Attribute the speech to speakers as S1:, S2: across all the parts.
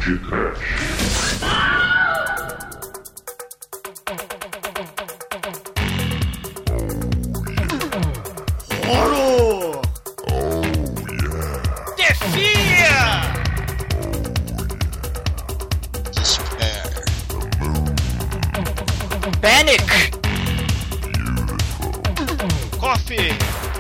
S1: Horror!
S2: Defia!
S3: Despair.
S2: Panic!
S4: Coffee!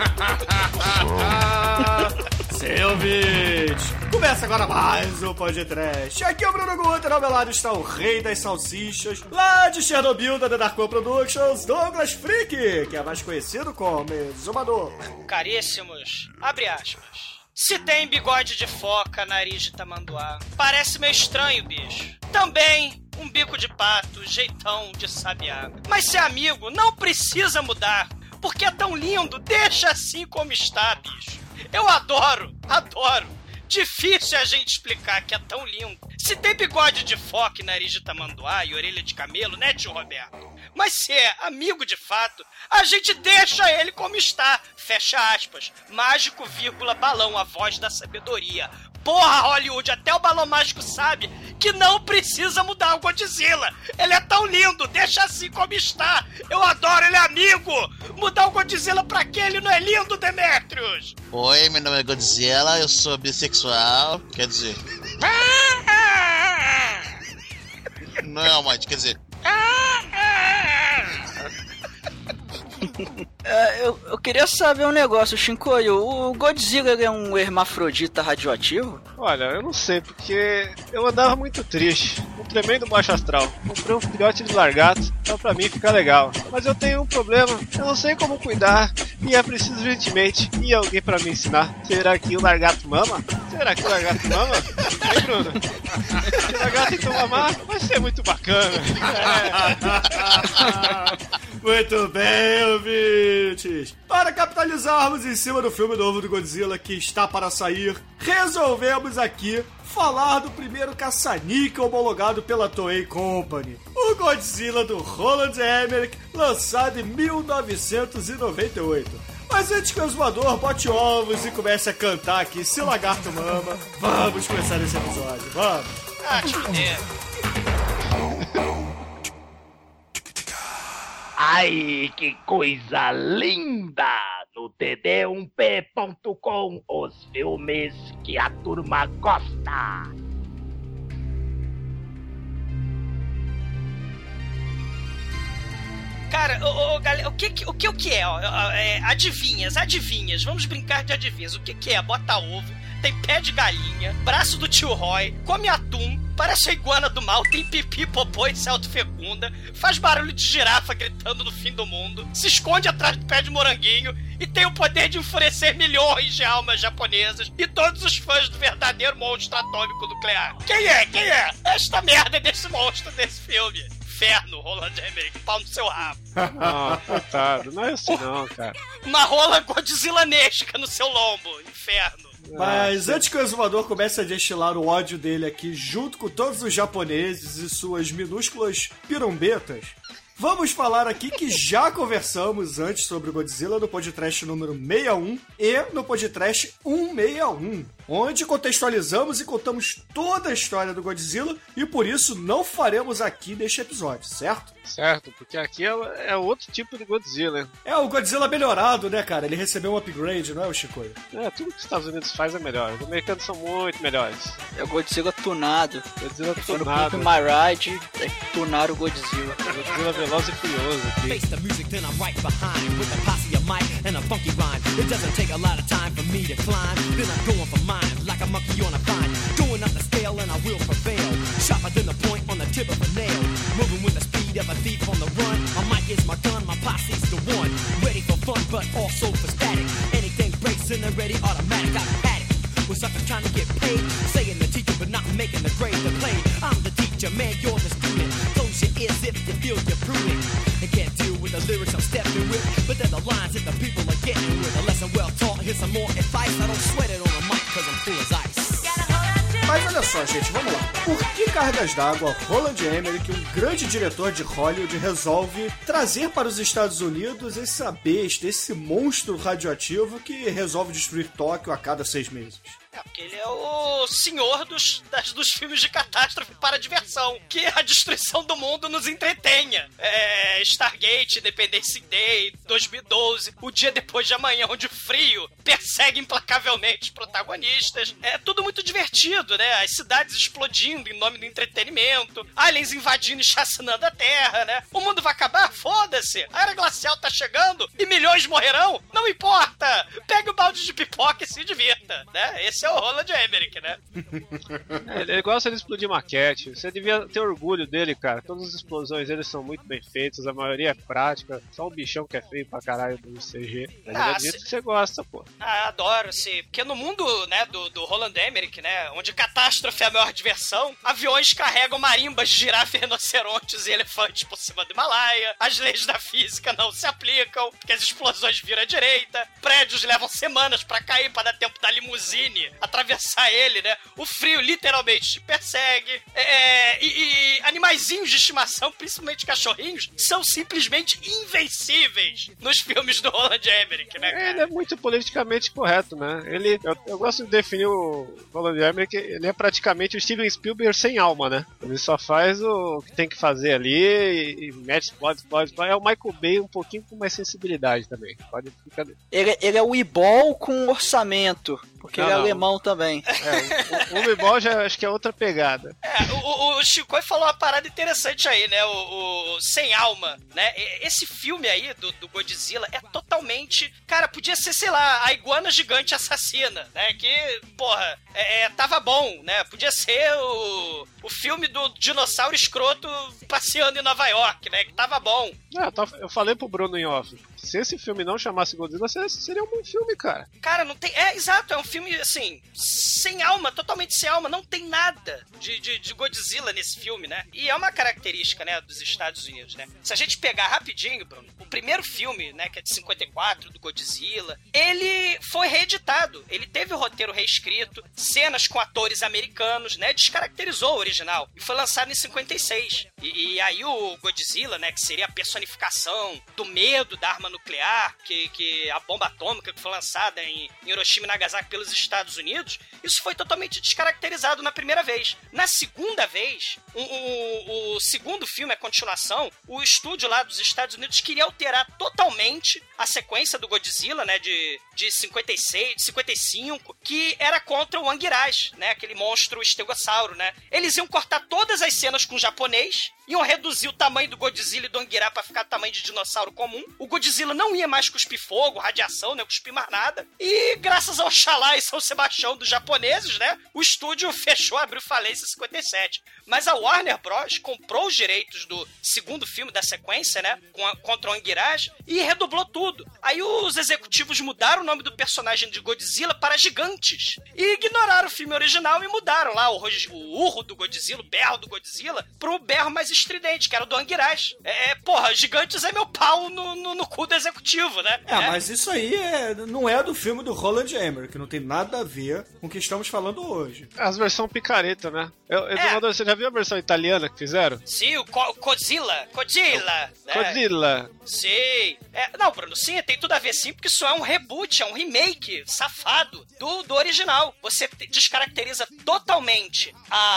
S1: Selvich! Começa agora mais um podcast. Aqui é o Bruno Guter, ao meu lado está o rei das salsichas, lá de Chernobyl, da The Darko Productions, Douglas Freak, que é mais conhecido como Exumador.
S2: Caríssimos, abre aspas. Se tem bigode de foca, nariz de tamanduá, parece meio estranho, bicho. Também um bico de pato, jeitão de sabiá. Mas se é amigo, não precisa mudar, porque é tão lindo, deixa assim como está, bicho. Eu adoro. Difícil a gente explicar que é tão lindo. Se tem bigode de foca, nariz de tamanduá e orelha de camelo, né, tio Roberto? Mas se é amigo de fato, a gente deixa ele como está. Fecha aspas. Mágico, vírgula, balão, a voz da sabedoria. Porra, Hollywood, até o balão mágico sabe que não precisa mudar o Godzilla. Ele é tão lindo, deixa assim como está. Eu adoro, ele é amigo. Mudar o Godzilla pra quê? Ele não é lindo, Demetrius?
S3: Oi, meu nome é Godzilla, eu sou bissexual, quer dizer... Não, mãe, quer dizer...
S5: Eu queria saber um negócio, Shinkoio. O Godzilla é um hermafrodita radioativo?
S4: Olha, eu não sei, porque eu andava muito triste, um tremendo baixo astral. Comprei um filhote de largato, só pra mim ficar legal. Mas eu tenho um problema, eu não sei como cuidar, e é preciso urgentemente ir alguém pra me ensinar. Será que o largato mama? Será que o largato mama? Hein, Bruno? Se o largato então mamar, vai ser muito bacana.
S1: Muito bem, ouvintes! Para capitalizarmos em cima do filme novo do Godzilla que está para sair, resolvemos aqui falar do primeiro caça-níquel homologado pela Toei Company, o Godzilla do Roland Emmerich, lançado em 1998. Mas antes que o zoador bote ovos e comece a cantar aqui Se Lagarto Mama, vamos começar esse episódio, vamos!
S6: Ai, que coisa linda! No td1p.com, os filmes que a turma gosta.
S2: Cara, galera, o que é? Adivinhas, vamos brincar de adivinhas. O que é? Bota ovo, tem pé de galinha, braço do tio Roy, come atum, parece a iguana do mal, tem pipi, popô e se autofecunda, faz barulho de girafa gritando no fim do mundo, se esconde atrás do pé de moranguinho e tem o poder de enfurecer milhões de almas japonesas e todos os fãs do verdadeiro monstro atômico nuclear. Quem é? Esta merda desse monstro desse filme. Inferno, Roland Emmerich, pau no seu rabo.
S4: Coitado, não é assim não, cara.
S2: Uma rola godzillanesca no seu lombo, inferno.
S1: Mas antes que o exumador comece a destilar o ódio dele aqui junto com todos os japoneses e suas minúsculas pirombetas, vamos falar aqui que já conversamos antes sobre o Godzilla no podcast número 61 e no podcast 161, onde contextualizamos e contamos toda a história do Godzilla e por isso não faremos aqui neste episódio, certo?
S4: Certo, porque aqui é outro tipo de Godzilla.
S1: É o Godzilla melhorado, né, cara? Ele recebeu um upgrade, não é, o Chicoio?
S4: Tudo que os Estados Unidos faz é melhor. Os americanos são muito melhores.
S5: É o Godzilla tunado.
S4: Godzilla
S5: Foi no
S4: tunado.
S5: Pimp My Ride, tunaram o Godzilla.
S4: Godzilla veloz e furioso aqui.
S7: Face the music, then I'm right behind it with a posse of mic and a funky rhyme. It doesn't take a lot of time for me to climb. Then I'm going for mine like a monkey on a vine. Going up the scale and I will prevail. Sharper than the point on the tip of a nail. Moving with the speed of a thief on the run. My mic is my gun, my posse's the one. Ready for fun, but also for static. Anything breaks in the ready automatic. I've had it. With suckers trying to get paid. Saying the teacher, but not making the grade to play. I'm the teacher, man, you're the student. Close your ears if you feel you're prudent. And can't deal with the lyrics I'm stepping with. But they're the lines that the people are getting with. A lesson well taught, here's some more advice. I don't sweat it on the mic, cause I'm full as ice.
S1: Mas olha só, gente, vamos lá. Por que cargas d'água Roland Emmerich, um grande diretor de Hollywood, resolve trazer para os Estados Unidos essa besta, esse monstro radioativo que resolve destruir Tóquio a cada 6 meses?
S2: Porque ele é o senhor dos filmes de catástrofe para diversão. Que a destruição do mundo nos entretenha. Stargate, Independence Day, 2012, O Dia Depois de Amanhã, onde o frio persegue implacavelmente os protagonistas. É tudo muito divertido, né? As cidades explodindo em nome do entretenimento, aliens invadindo e chacinando a Terra, né? O mundo vai acabar? Foda-se! A era glacial tá chegando e milhões morrerão? Não importa! Pegue o balde de pipoca e se divirta, né? Esse é o Roland Emmerich, né?
S4: Ele gosta de explodir maquete. Você devia ter orgulho dele, cara. Todas as explosões dele são muito bem feitas, a maioria é prática. Só um bichão que é feio pra caralho do CG. Mas eu admito que você gosta, pô.
S2: Adoro, sim. Porque no mundo, né, do Roland Emmerich, né, onde catástrofe é a maior diversão, aviões carregam marimbas de girafa, rinocerontes e elefantes por cima do Himalaia, as leis da física não se aplicam, porque as explosões viram à direita, prédios levam semanas pra cair pra dar tempo da limusine atravessar ele, né? O frio literalmente te persegue. E animaizinhos de estimação, principalmente cachorrinhos, são simplesmente invencíveis nos filmes do Roland Emmerich, né, cara?
S4: Ele é muito politicamente correto, né? Eu gosto de definir o Roland Emmerich, ele é praticamente o Steven Spielberg sem alma, né? Ele só faz o que tem que fazer ali e mete explode. É o Michael Bay um pouquinho com mais sensibilidade também. Pode ficar...
S5: Ele é o Ebol com orçamento, porque ele é alemão também.
S4: O Ebol já acho que é outra pegada.
S2: O Chico falou uma parada interessante aí, né? O Sem Alma, né? Esse filme aí do Godzilla é totalmente... Cara, podia ser, sei lá, a iguana gigante assassina, né? Que, porra, tava bom, né? Podia ser o filme do dinossauro escroto passeando em Nova York, né? Que tava bom.
S4: Eu falei pro Bruno em off. Se esse filme não chamasse Godzilla, seria um bom filme, cara.
S2: Cara, não tem... exato, é um filme, assim, sem alma, totalmente sem alma. Não tem nada de Godzilla nesse filme, né? E é uma característica, né, dos Estados Unidos, né? Se a gente pegar rapidinho, Bruno, o primeiro filme, né, que é de 54, do Godzilla, ele foi reeditado. Ele teve o roteiro reescrito, cenas com atores americanos, né? Descaracterizou o original. E foi lançado em 56. E aí o Godzilla, né, que seria a personificação do medo da arma nuclear, que a bomba atômica que foi lançada em Hiroshima e Nagasaki pelos Estados Unidos, isso foi totalmente descaracterizado na primeira vez. Na segunda vez, o segundo filme, a continuação, o estúdio lá dos Estados Unidos queria alterar totalmente a sequência do Godzilla, né, de 56, de 55, que era contra o Anguiraj, né, aquele monstro estegossauro, né. Eles iam cortar todas as cenas com o japonês, iam reduzir o tamanho do Godzilla e do Anguiraj pra ficar tamanho de dinossauro comum. O Godzilla não ia mais cuspir fogo, radiação, não ia cuspir mais nada. E graças ao Oxalá e São Sebastião dos japoneses, né, o estúdio fechou, abriu falência em 57. Mas a Warner Bros. Comprou os direitos do segundo filme da sequência, né, contra o Anguiraj, e redoblou tudo. Aí os executivos mudaram o nome do personagem de Godzilla para Gigantes. E ignoraram o filme original e mudaram lá o urro do Godzilla, o berro do Godzilla, pro berro mais estridente, que era o do Anguiraj. Porra, Gigantes é meu pau no cu do executivo, né?
S1: Mas isso aí não é do filme do Roland Emmerich, que não tem nada a ver com o que estamos falando hoje.
S4: As versões picareta, né? Eduardo, você já viu a versão italiana que fizeram?
S2: Sim, o Godzilla. Né?
S4: Godzilla.
S2: Sim. Não, Bruno, sim, tem tudo a ver sim, porque isso é um reboot, é um remake safado do original. Você descaracteriza totalmente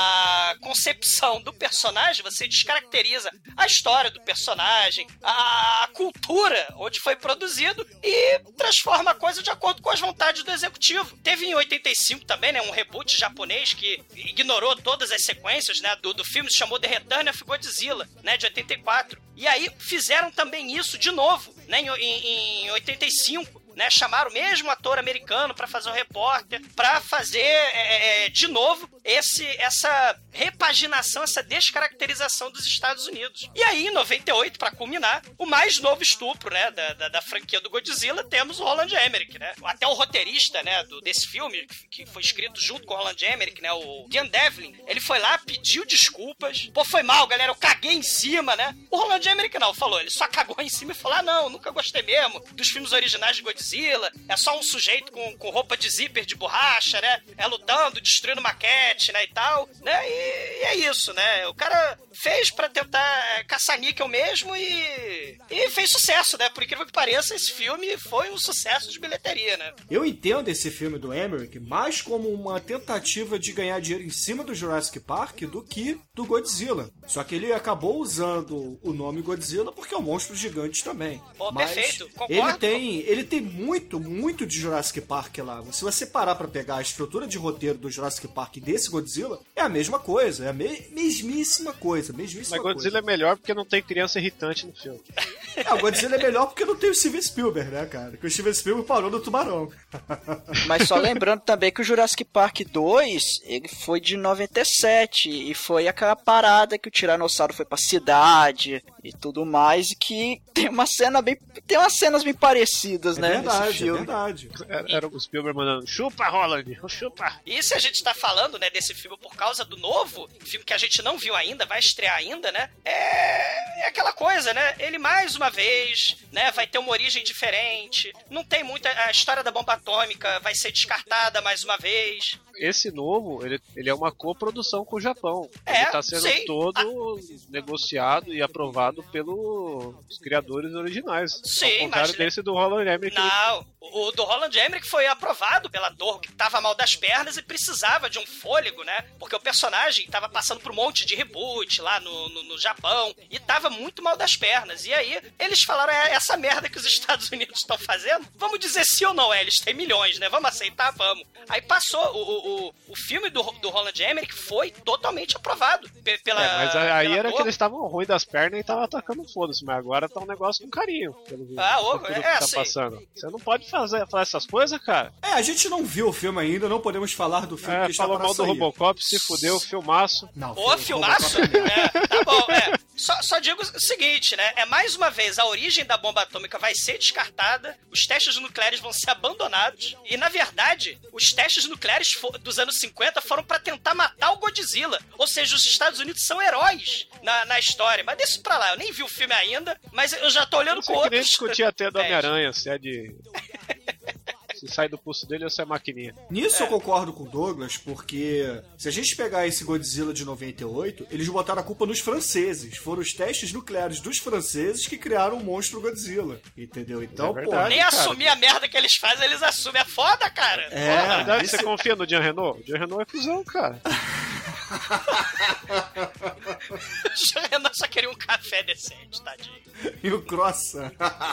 S2: a concepção do personagem, você descaracteriza a história do personagem, a cultura onde foi produzido e transforma a coisa de acordo com as vontades do executivo. Teve em 85 também, né, um reboot japonês que ignorou todas as sequências, né, do filme, se chamou The Return of Godzilla, né, de 84. E aí fizeram também isso de novo, né, em 85. Né, chamaram o mesmo ator americano para fazer o repórter, para fazer de novo essa repaginação, essa descaracterização dos Estados Unidos. E aí, em 98, para culminar, o mais novo estupro, né, da franquia do Godzilla, temos o Roland Emmerich, né? Até o roteirista, né, desse filme, que foi escrito junto com o Roland Emmerich, né, o Dan Devlin, ele foi lá, pediu desculpas. Pô, foi mal, galera, eu caguei em cima, né? O Roland Emmerich não, falou, ele só cagou em cima e falou, não, nunca gostei mesmo dos filmes originais de Godzilla. Godzilla, é só um sujeito com roupa de zíper de borracha, né? É lutando, destruindo maquete, né, e tal, né? E é isso, né? O cara fez pra tentar caçar níquel mesmo e fez sucesso, né? Por incrível que pareça, esse filme foi um sucesso de bilheteria, né?
S1: Eu entendo esse filme do Emmerich mais como uma tentativa de ganhar dinheiro em cima do Jurassic Park do que do Godzilla. Só que ele acabou usando o nome Godzilla porque é um monstro gigante também.
S2: Pô,
S1: mas
S2: perfeito, concordo.
S1: ele tem muito de Jurassic Park lá. Se você parar pra pegar a estrutura de roteiro do Jurassic Park e desse Godzilla, é a mesma coisa, é a mesmíssima coisa.
S4: Mas Godzilla é melhor porque não tem criança irritante no filme.
S1: O Godzilla é melhor porque não tem o Steven Spielberg, né, cara? Porque o Steven Spielberg parou no tubarão.
S5: Mas só lembrando também que o Jurassic Park 2, ele foi de 97 e foi aquela parada que o Tiranossauro foi pra cidade e tudo mais, e que tem umas cenas bem parecidas, né?
S1: Verdade,
S5: nesse filme.
S1: É verdade.
S4: Era o Spielberg mandando, chupa, Roland, chupa.
S2: E se a gente tá falando, né, desse filme por causa do novo, filme que a gente não viu ainda, vai estrear ainda, né? É aquela coisa, né? Ele mais uma vez, né, vai ter uma origem diferente. Não tem muita... A história da bomba atômica vai ser descartada mais uma vez.
S4: Esse novo, ele é uma coprodução com o Japão. Ele tá sendo todo negociado e aprovado pelos criadores originais.
S2: Sim,
S4: ao contrário desse do Roland Emmerich.
S2: Não, o do Roland Emmerich foi aprovado pela Toho, que tava mal das pernas e precisava de um fôlego, né? Porque o personagem tava passando por um monte de reboot lá no Japão e tava muito mal das pernas. E aí, eles falaram, essa merda que os Estados Unidos estão fazendo, vamos dizer sim ou não, eles têm milhões, né? Vamos aceitar? Vamos. Aí passou, o filme do Roland Emmerich foi totalmente aprovado pela...
S4: mas aí
S2: pela
S4: era
S2: Toho.
S4: que eles estavam ruins das pernas e tava atacando foda-se, mas agora tá um negócio com carinho. Pelo que tá
S2: sim.
S4: passando. Você não pode falar essas coisas, cara.
S1: A gente não viu o filme ainda, não podemos falar do filme que está
S4: falou
S1: para
S4: mal
S1: sair.
S4: do Robocop, se fudeu, filmaço.
S1: Não,
S2: Filmaço? Tá bom, Só digo o seguinte, né? Mais uma vez, a origem da bomba atômica vai ser descartada, os testes nucleares vão ser abandonados, e, na verdade, os testes nucleares dos anos 50 foram pra tentar matar o Godzilla. Ou seja, os Estados Unidos são heróis na história. Mas deixa pra lá, eu nem vi o filme ainda, mas eu já tô olhando com outros...
S4: Eu queria discutir até do Homem-Aranha, se é de... se sai do pulso dele ou se é maquininha.
S1: Nisso eu concordo com o Douglas, porque se a gente pegar esse Godzilla de 98, eles botaram a culpa nos franceses. Foram os testes nucleares dos franceses que criaram o monstro Godzilla. Entendeu? Então,
S2: nem assumir a merda que eles fazem, eles assumem. É foda, cara.
S4: Na verdade, você confia no Jean Reno? O Jean Reno é cuzão, cara.
S2: O Jean Reno só queria um café decente, tadinho.
S1: E o croissant.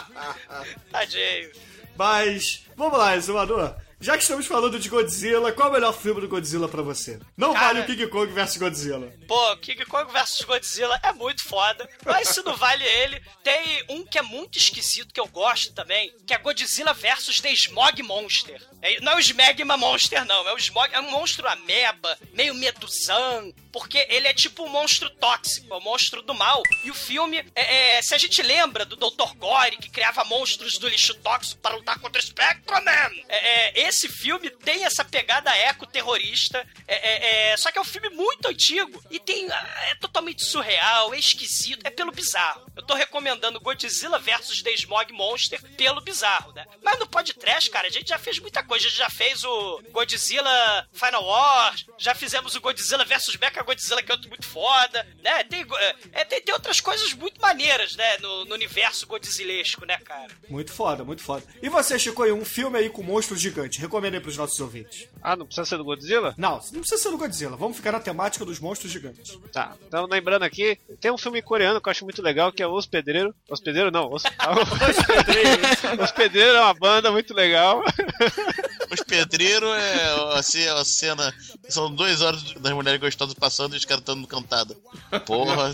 S2: Tadinho.
S1: Mas, vamos lá, Exumador. Já que estamos falando de Godzilla, qual é o melhor filme do Godzilla pra você? Não vale o King Kong vs Godzilla.
S2: Pô, King Kong vs Godzilla é muito foda, mas se não vale ele, tem um que é muito esquisito, que eu gosto também, que é Godzilla vs The Smog Monster. Não é o Smegma Monster, não, é o Smog, é um monstro ameba, meio medusão, porque ele é tipo um monstro tóxico, é um monstro do mal. E o filme, se a gente lembra do Dr. Gore, que criava monstros do lixo tóxico para lutar contra o Spectreman, esse filme tem essa pegada eco-terrorista, só que é um filme muito antigo e é totalmente surreal, é esquisito, é pelo bizarro. Eu tô recomendando Godzilla vs The Smog Monster pelo bizarro, né? Mas no podcast, cara, a gente já fez muita coisa. A gente já fez o Godzilla Final War, já fizemos o Godzilla vs Mechagodzilla, que é outro muito foda, né? Tem outras coisas muito maneiras, né? No universo godzillesco, né, cara?
S1: Muito foda, muito foda. E você, Chico, um filme aí com monstros gigantes? Recomenda aí pros nossos ouvintes.
S4: Não precisa ser do Godzilla?
S1: Não precisa ser do Godzilla. Vamos ficar na temática dos monstros gigantes.
S4: Tá, então lembrando aqui, tem um filme coreano que eu acho muito legal, que é Os Pedreiros. Os Pedreiros não, Os Pedreiros. Os Pedreiros é uma banda muito legal.
S3: Os Pedreiros assim, a cena... São 2 horas das mulheres gostosas passando e os caras estando cantada. Porra.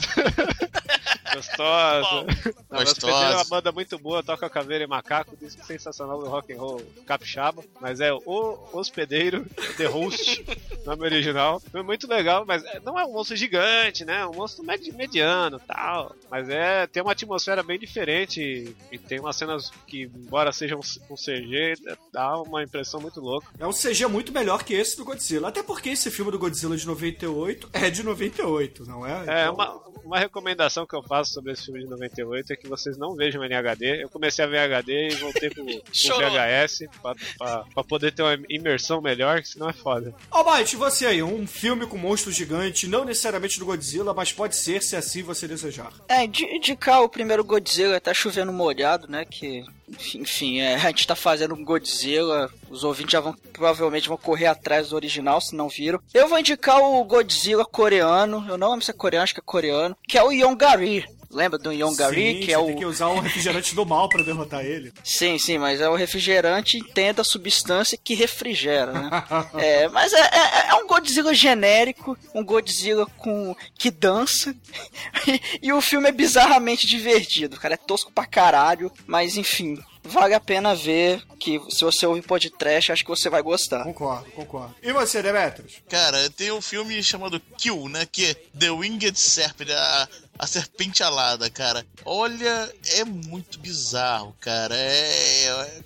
S4: Gostosa. Os Pedreiros é uma
S3: Gostosa.
S4: banda muito boa, toca caveira e macaco, disco sensacional do rock and roll capixaba. Mas é o Hospedeiro, The Host, nome original. Foi muito legal, mas não é um monstro gigante, né? É um monstro mediano e tal. Mas tem uma atmosfera bem diferente e tem umas cenas que, embora sejam um CG, dá uma impressão muito louca.
S1: É um CG muito melhor que esse do Godzilla. Até porque esse filme do Godzilla de 98 é de 98, não é?
S4: É
S1: então...
S4: Uma recomendação que eu faço sobre esse filme de 98 é que vocês não vejam em HD. Eu comecei a ver HD e voltei pro VHS pra poder ter uma imersão melhor, que senão é foda.
S1: Almighty, você aí, um filme com monstros gigantes, não necessariamente do Godzilla, mas pode ser, se assim você desejar.
S5: Indicar o primeiro Godzilla, tá chovendo molhado, né, que... Enfim, a gente tá fazendo um Godzilla, os ouvintes já provavelmente vão correr atrás do original, se não viram. Eu vou indicar o Godzilla coreano, eu não lembro se é coreano, acho que é coreano, que é o Yongari. Lembra do Yongari?
S1: Sim,
S5: que é o...
S1: tem que usar um refrigerante do mal pra derrotar ele.
S5: Sim, mas é o refrigerante, entenda a substância que refrigera, né? Mas é um Godzilla genérico, um Godzilla que dança, e o filme é bizarramente divertido, cara, é tosco pra caralho, mas enfim... Vale a pena ver, que se você ouvir podcast, acho que você vai gostar.
S1: Concordo. E você, Demetrius?
S3: Cara, tem um filme chamado Kill, né? Que é The Winged Serpent, a serpente alada, cara. Olha, é muito bizarro, cara. É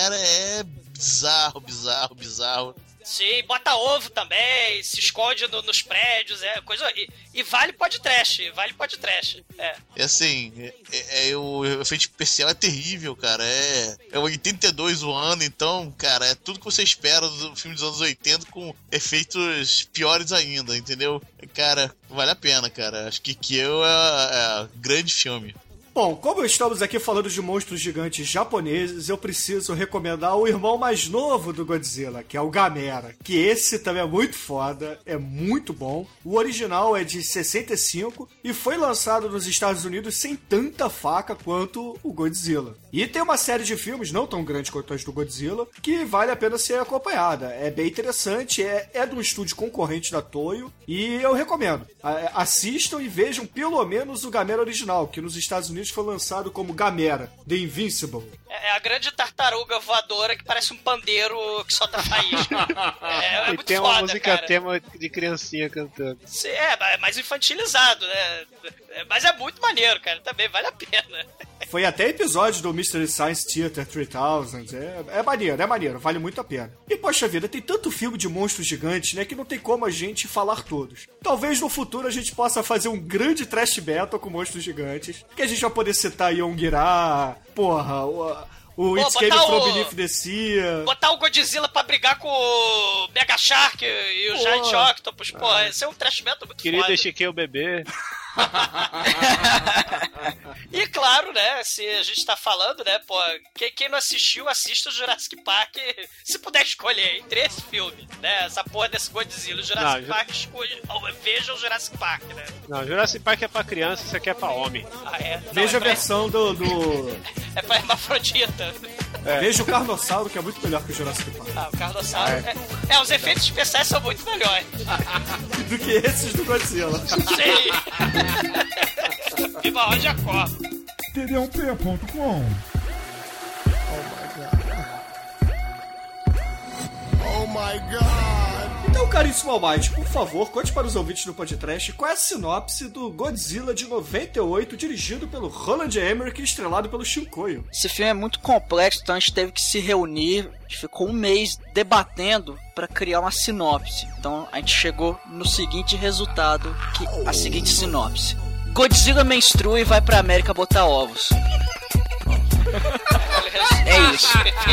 S3: bizarro.
S2: Sim, bota ovo também, se esconde nos prédios, coisa... E vale podcast.
S3: É assim, o efeito especial é terrível, cara. É 82 o ano, então, cara, é tudo que você espera do filme dos anos 80 com efeitos piores ainda, entendeu? Cara, vale a pena, cara. Acho que Kill é grande filme.
S1: Bom, como estamos aqui falando de monstros gigantes japoneses, eu preciso recomendar o irmão mais novo do Godzilla, que é o Gamera. Que esse também é muito foda, é muito bom. O original é de 65 e foi lançado nos Estados Unidos sem tanta faca quanto o Godzilla. E tem uma série de filmes, não tão grande quanto as do Godzilla, que vale a pena ser acompanhada. É bem interessante, é de um estúdio concorrente da Toyo e eu recomendo. Assistam e vejam pelo menos o Gamera original, que nos Estados Unidos foi lançado como Gamera, The Invincible.
S2: É a grande tartaruga voadora que parece um pandeiro que solta faísca. É muito
S4: tem
S2: foda,
S4: uma música
S2: cara.
S4: tema de criancinha cantando.
S2: Sim, é mais infantilizado, né? Mas é muito maneiro, cara. Também vale a pena.
S1: Foi até episódio do Mystery Science Theater 3000. É maneiro, vale muito a pena. E, poxa vida, tem tanto filme de monstros gigantes, né, que não tem como a gente falar todos. Talvez no futuro a gente possa fazer um grande trash battle com monstros gigantes, que a gente vai poder citar Yongirá, o It's Came From Beneath the Sea.
S2: Botar o Godzilla pra brigar com o Mega Shark e o Giant Octopus, esse é um trash battle muito
S4: Querida
S2: foda.
S4: Estiquei o bebê.
S2: E claro, né, se a gente tá falando, né, quem não assistiu, assista o Jurassic Park, se puder escolher entre esse filme, né, essa porra desse Godzilla, o Jurassic Park, veja o Jurassic Park, né.
S4: Não, Jurassic Park é pra criança, isso aqui é pra homem.
S1: Veja a versão do...
S2: É pra hermafrodita.
S1: Veja o Carnossauro, que é muito melhor que o Jurassic Park.
S2: O Carnossauro... os efeitos especiais são muito melhores.
S1: Do que esses do Godzilla.
S2: Sim. Viva Roger Corp.
S8: td1p.com. Oh my God.
S1: Então, caríssimo Almighty, por favor, conte para os ouvintes do podcast qual é a sinopse do Godzilla de 98, dirigido pelo Roland Emmerich e estrelado pelo Shinkoio.
S5: Esse filme é muito complexo, então a gente teve que se reunir, a gente ficou um mês debatendo para criar uma sinopse. Então a gente chegou no seguinte resultado, a seguinte sinopse. Godzilla menstrua e vai pra América botar ovos. É isso.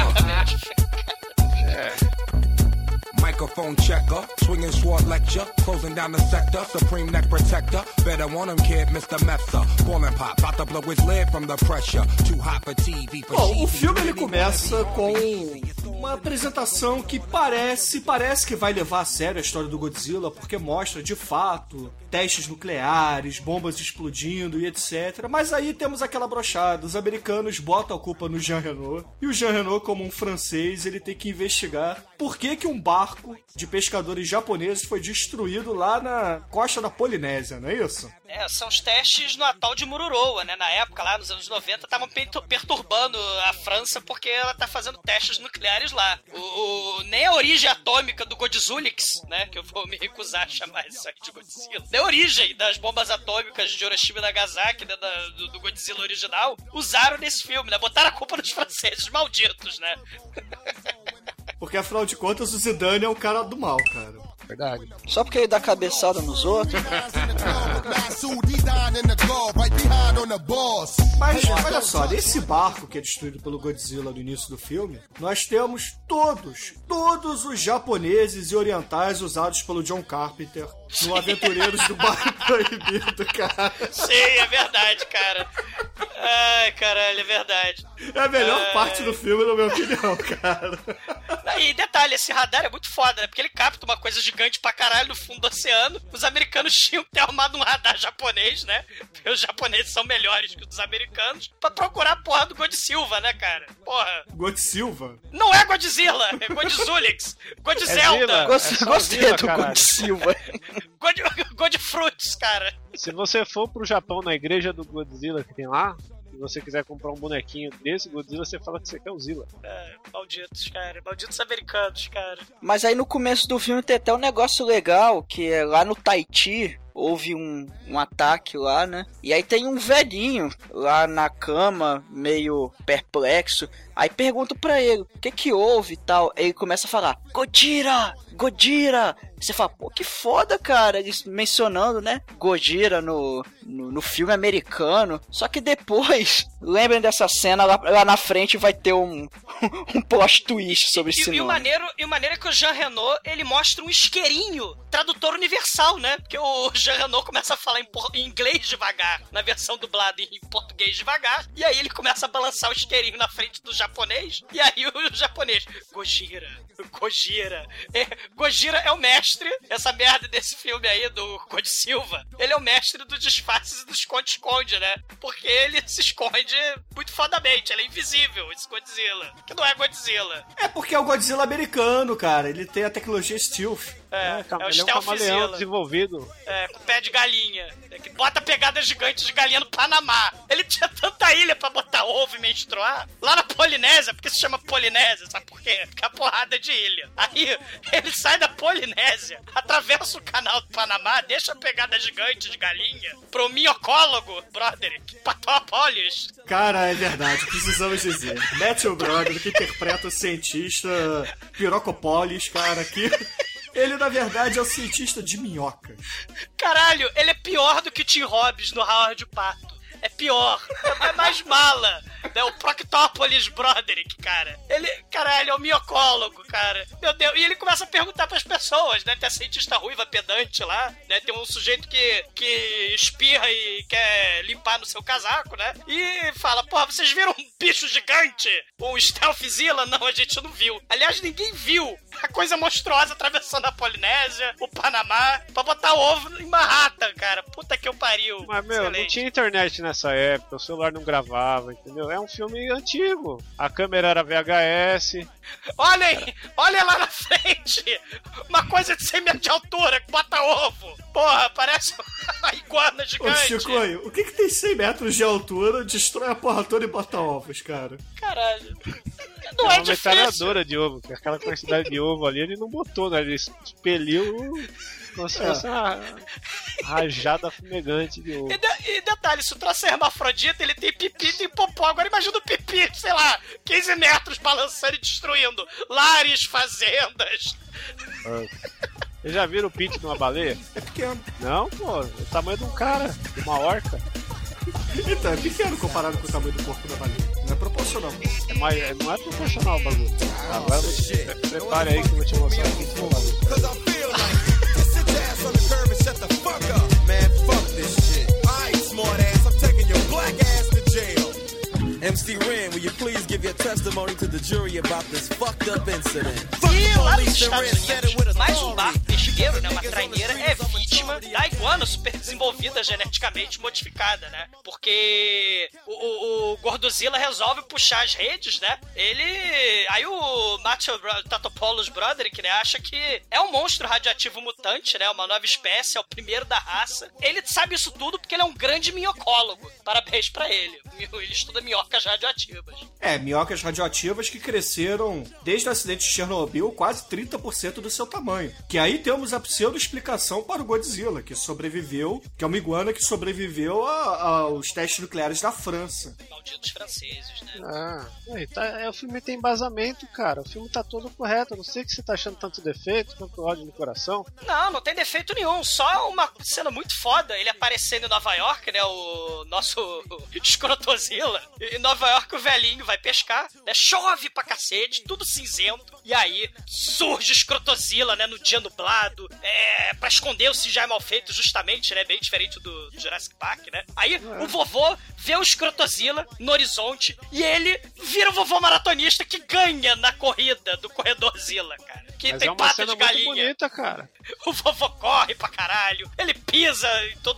S8: Microphone checker, swinging sword lecture, closing down the sector, supreme neck protector. Better want him, kid, Mr. Mepsa. Ballin' pop, about to blow his lid from the pressure. Too hot for TV.
S1: Bom, o filme ele começa com uma apresentação que parece que vai levar a sério a história do Godzilla, porque mostra, de fato, testes nucleares, bombas explodindo e etc. Mas aí temos aquela brochada, os americanos botam a culpa no Jean Reno, e o Jean Reno, como um francês, ele tem que investigar por que um barco de pescadores japoneses foi destruído lá na costa da Polinésia, não é isso?
S2: São os testes no atol de Mururoa, né? Na época, lá nos anos 90, estavam perturbando a França porque ela tá fazendo testes nucleares lá. Nem a origem atômica do Godzulix, né? Que eu vou me recusar a chamar isso aí de Godzilla. Nem a origem das bombas atômicas de Hiroshima e Nagasaki, né, do Godzilla original, usaram nesse filme, né? Botaram a culpa nos franceses malditos, né?
S1: Porque, afinal de contas, o Zidane é um cara do mal, cara.
S4: Verdade.
S5: Só porque ele dá cabeçada nos outros.
S1: Mas olha só, nesse barco que é destruído pelo Godzilla no início do filme, nós temos todos os japoneses e orientais usados pelo John Carpenter no Aventureiros do Bairro Proibido, cara.
S2: Sim, é verdade, cara. Ai, caralho, é verdade.
S1: É a melhor parte do filme, na minha opinião, cara.
S2: E detalhe, esse radar é muito foda, né? Porque ele capta uma coisa gigante pra caralho no fundo do oceano. Os americanos tinham que ter arrumado um radar japonês, né? Porque os japoneses são melhores que os americanos. Pra procurar a porra do Godzilla, né, cara? Porra.
S1: Godzilla?
S2: Não é Godzilla, é Godzulix. Godzelda.
S5: Gostei do Godzilla.
S2: Godfruits, cara.
S4: Se você for pro Japão, na igreja do Godzilla que tem lá, se você quiser comprar um bonequinho desse Godzilla, você fala que você quer o Zilla.
S2: Malditos, cara. Malditos americanos, cara.
S5: Mas aí no começo do filme tem até um negócio legal, que é lá no Tahiti, houve um ataque lá, né? E aí tem um velhinho lá na cama, meio perplexo. Aí pergunto pra ele, o que houve e tal. Ele começa a falar, Gojira! Você fala, pô, que foda, cara. Eles mencionando, né, Gojira no filme americano. Só que depois, lembrem dessa cena, lá na frente vai ter um plot twist sobre esse nome.
S2: E o maneiro é que o Jean Reno, ele mostra um isqueirinho, tradutor universal, né? Porque o Jean Reno começa a falar em inglês devagar, na versão dublada em português devagar. E aí ele começa a balançar o isqueirinho na frente do japonês. E aí o japonês, Gojira. Gojira é o mestre, essa merda desse filme aí do Godzilla, ele é o mestre dos disfarces e do esconde-esconde, né? Porque ele se esconde muito fodamente, ele é invisível, esse Godzilla, que não é Godzilla.
S1: É porque é o Godzilla americano, cara, ele tem a tecnologia stealth.
S2: É o
S4: ele é um camaleão desenvolvido.
S2: Com pé de galinha. Que bota pegada gigante de galinha no Panamá. Ele tinha tanta ilha pra botar ovo e menstruar. Lá na Polinésia, porque se chama Polinésia, sabe por quê? Porque é a porrada de ilha. Aí ele sai da Polinésia, atravessa o canal do Panamá, deixa a pegada gigante de galinha pro minhocólogo, Broderick Patópolis.
S1: Cara, é verdade, precisamos dizer. Matthew Broderick, que interpreta o cientista Pirocopolis, cara, que... Ele, na verdade, é o cientista de minhocas.
S2: Caralho, ele é pior do que o Tim Robbins no Howard Pato. É pior. É mais mala. Né? O Proctópolis Broderick, cara. Ele, caralho, é o miocólogo, cara. Meu Deus. E ele começa a perguntar pras pessoas, né? Tem a cientista ruiva pedante lá, né? Tem um sujeito que espirra e quer limpar no seu casaco, né? E fala, porra, vocês viram um bicho gigante? Um Stealthzilla? Não, a gente não viu. Aliás, ninguém viu a coisa monstruosa atravessando a Polinésia, o Panamá, pra botar ovo em Manhattan, cara. Puta que eu pariu.
S4: Mas, meu, não tinha internet nessa época, o celular não gravava, entendeu? É um filme antigo. A câmera era VHS.
S2: Olhem lá na frente! Uma coisa de 100 metros de altura que bota ovo! Porra, parece uma iguana gigante!
S1: Ô, Chicoio, o que tem 100 metros de altura, destrói a porra toda e bota ovos, cara?
S2: Caralho. Não é
S4: uma metralhadora de ovo, aquela quantidade de ovo ali ele não botou, né? Ele expeliu como se fosse uma rajada fumegante de ovo.
S2: E detalhe, se o troço é hermafrodita, ele tem pipi e tem popó. Agora imagina o pipi, sei lá, 15 metros balançando e destruindo lares, fazendas.
S4: Vocês já viram o pinto de uma baleia?
S1: É pequeno.
S4: Não, pô, é o tamanho de um cara, de uma orca.
S1: Então, é pequeno comparado com o tamanho do corpo da baleia. Não é proporcional.
S4: Não é proporcional o bagulho. Agora prepare aí que eu vou te mostrar aqui como bagulho.
S7: MC Ren, will you please give your testimony to the jury about this fucked up incident?
S2: E lá nos Estados Unidos, mais um barco peixeiro, né, uma traineira, é vítima da iguana super desenvolvida, geneticamente modificada, né? Porque o Godzilla resolve puxar as redes, né? Aí o Matthew Tatopoulos Broderick, né, acha que é um monstro radioativo mutante, né? Uma nova espécie, é o primeiro da raça. Ele sabe isso tudo porque ele é um grande minhocólogo. Parabéns pra ele. Ele estuda minhocas radioativas.
S1: minhocas radioativas que cresceram desde o acidente de Chernobyl quase 30% do seu tamanho. Que aí temos a pseudo-explicação para o Godzilla, que sobreviveu, que é uma iguana que sobreviveu aos testes nucleares da França.
S2: Malditos franceses, né?
S4: O filme tem embasamento, cara. O filme tá todo correto. Eu não sei que você tá achando tanto defeito, tanto ódio no coração.
S2: Não tem defeito nenhum. Só uma cena muito foda, ele aparecendo em Nova York, né? O nosso escrotozilla. Em Nova York o velhinho vai pescar, né? Chove pra cacete, tudo cinzento. E aí surge o escrotozilla, né? No dia nublado, pra esconder o CGI mal feito, justamente, né? Bem diferente do Jurassic Park, né? Aí o vovô vê o escrotozilla no horizonte e ele vira o vovô maratonista que ganha na corrida do corredorzilla, cara. Que
S4: mas
S2: tem
S4: é uma
S2: pata
S4: cena
S2: de galinha.
S4: muito bonita, cara.
S2: O vovô corre pra caralho, ele pisa e todo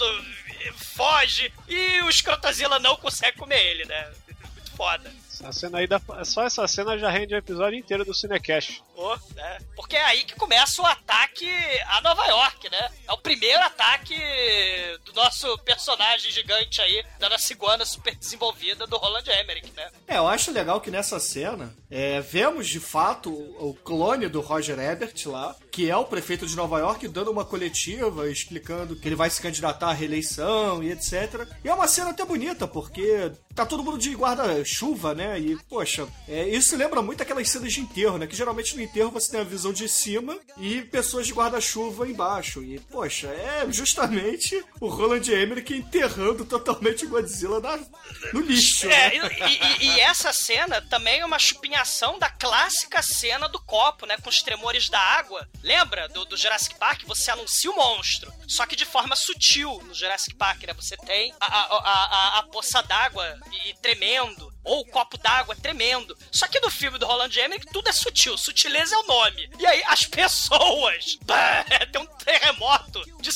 S2: foge e o escrotozilla não consegue comer ele, né? Muito foda.
S4: Essa cena aí, só essa cena já rende o episódio inteiro do Cinecast.
S2: Né? Porque é aí que começa o ataque a Nova York, né? É o primeiro ataque do nosso personagem gigante aí, da nossa iguana super desenvolvida do Roland Emmerich, né?
S1: Eu acho legal que nessa cena vemos de fato o clone do Roger Ebert lá, que é o prefeito de Nova York, dando uma coletiva explicando que ele vai se candidatar à reeleição e etc. E é uma cena até bonita, porque tá todo mundo de guarda-chuva, né? E, poxa, isso lembra muito aquelas cenas de enterro, né? Que geralmente no enterro você tem a visão de cima e pessoas de guarda-chuva embaixo. E, poxa, é justamente o Roland Emmerich enterrando totalmente o Godzilla no lixo. Né?
S2: E essa cena também é uma chupinhação da clássica cena do copo, né? Com os tremores da água. Lembra do Jurassic Park? Você anuncia o monstro, só que de forma sutil no Jurassic Park, né? Você tem a poça d'água e tremendo, ou o copo d'água tremendo. Só que no filme do Roland Emmerich tudo é sutil. Sutileza é o nome. E aí as pessoas... tem um terremoto de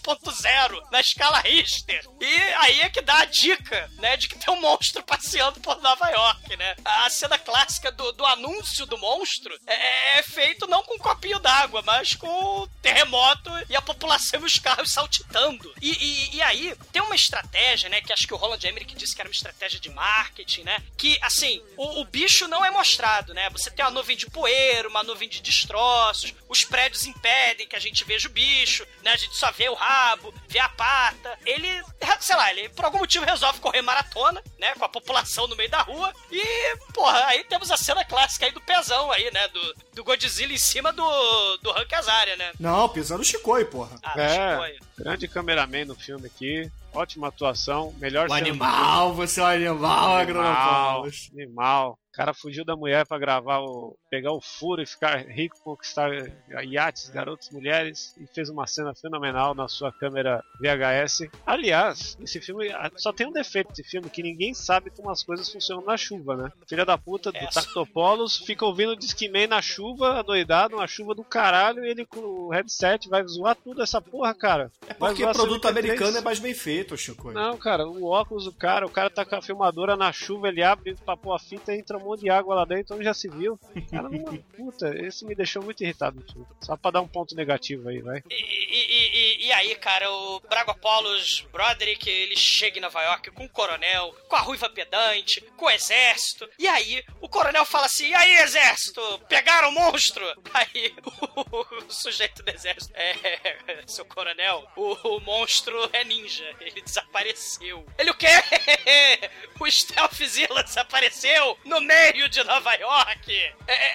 S2: 7.0 na escala Richter. E aí é que dá a dica, né? De que tem um monstro passeando por Nova York, né? A cena clássica do anúncio do monstro é feito não com um copinho d'água, mas com o terremoto e a população e os carros saltitando. E aí tem uma estratégia, né? Que acho que o Roland Emmerich disse que era uma estratégia de marketing, né? Que, assim, o bicho não é mostrado, né? Você tem uma nuvem de poeira, uma nuvem de destroços, os prédios impedem que a gente veja o bicho, né? A gente só vê o rabo, vê a pata. Ele, sei lá, ele por algum motivo resolve correr maratona, né? Com a população no meio da rua. E, porra, aí temos a cena clássica aí do pezão aí, né? Do Godzilla em cima do Hank Azaria, né?
S1: Não, pisando o Chicoi, porra.
S2: Chicoi.
S4: Grande cameraman no filme aqui. Ótima atuação, melhor cena.
S1: Animal, você é um animal, Agronopoulos.
S4: Animal. O cara fugiu da mulher pra pegar o furo e ficar rico, conquistar iates, garotos, mulheres, e fez uma cena fenomenal na sua câmera VHS. Aliás, esse filme só tem um defeito desse filme, que ninguém sabe como as coisas funcionam na chuva, né? Filha da puta do Tactopoulos fica ouvindo Discman na chuva, adoidado, uma chuva do caralho, e ele com o headset vai zoar tudo essa porra, cara.
S1: É porque produto americano é mais bem feito, Chico.
S4: Não, cara, o óculos do cara, o cara tá com a filmadora na chuva, ele abre pra pôr a fita e entra um monte de água lá dentro, então já se viu. Cara, puta, esse me deixou muito irritado. Só pra dar um ponto negativo aí, vai.
S2: E aí, cara, o Bragopoulos Broderick, ele chega em Nova York com o coronel, com a ruiva pedante, com o exército. E aí, o coronel fala assim: e aí, exército, pegaram o monstro? Aí, o sujeito do exército, seu coronel, o monstro é ninja, ele desapareceu. Ele o quê? O Stealthzilla desapareceu no meio de Nova York.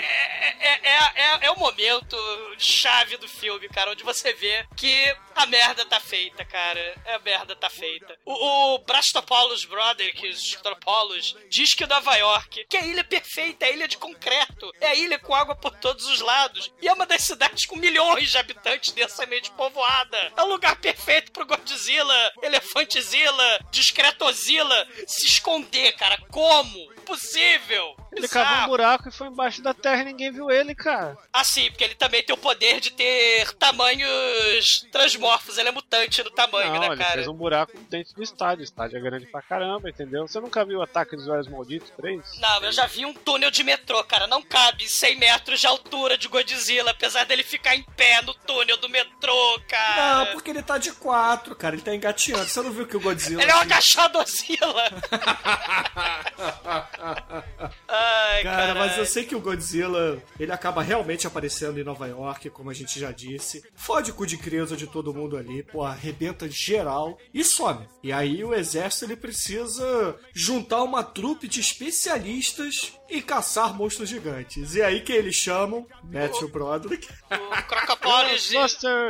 S2: É o momento chave do filme, cara, onde você vê que a merda tá feita, cara. A merda tá feita. O Brastopoulos Broderick, o Stropoulos, diz que Nova York, que é a ilha perfeita, é a ilha de concreto, é a ilha com água por todos os lados, e é uma das cidades com milhões de habitantes densamente povoada. É o lugar perfeito pro Godzilla, Elefantzilla, Discretozilla se esconder, cara. Como? Impossível!
S4: Ele cavou um buraco e foi embaixo da terra e ninguém viu ele, cara.
S2: Ah, sim, porque ele também tem o poder de ter tamanhos transmorfos. Ele é mutante no tamanho, né, cara?
S4: Ele fez um buraco dentro do estádio. O estádio é grande pra caramba, entendeu? Você nunca viu o Ataque dos Olhos Malditos 3?
S2: Não, eu já vi um túnel de metrô, cara. Não cabe 100 metros de altura de Godzilla, apesar dele ficar em pé no túnel do metrô, cara.
S1: Não, porque ele tá de 4, cara. Ele tá engateando. Você não viu que o Godzilla...
S2: Ele é um agachadozilla. Ai,
S1: cara, mas eu sei que o Godzilla, ele acaba realmente aparecendo em Nova York, como a gente já disse. Fode o cu de criança de todo mundo ali, pô, arrebenta geral e some. E aí o exército, ele precisa juntar uma trupe de especialistas em caçar monstros gigantes. E aí que eles chamam Matthew Broderick.
S2: O Crocopolis de...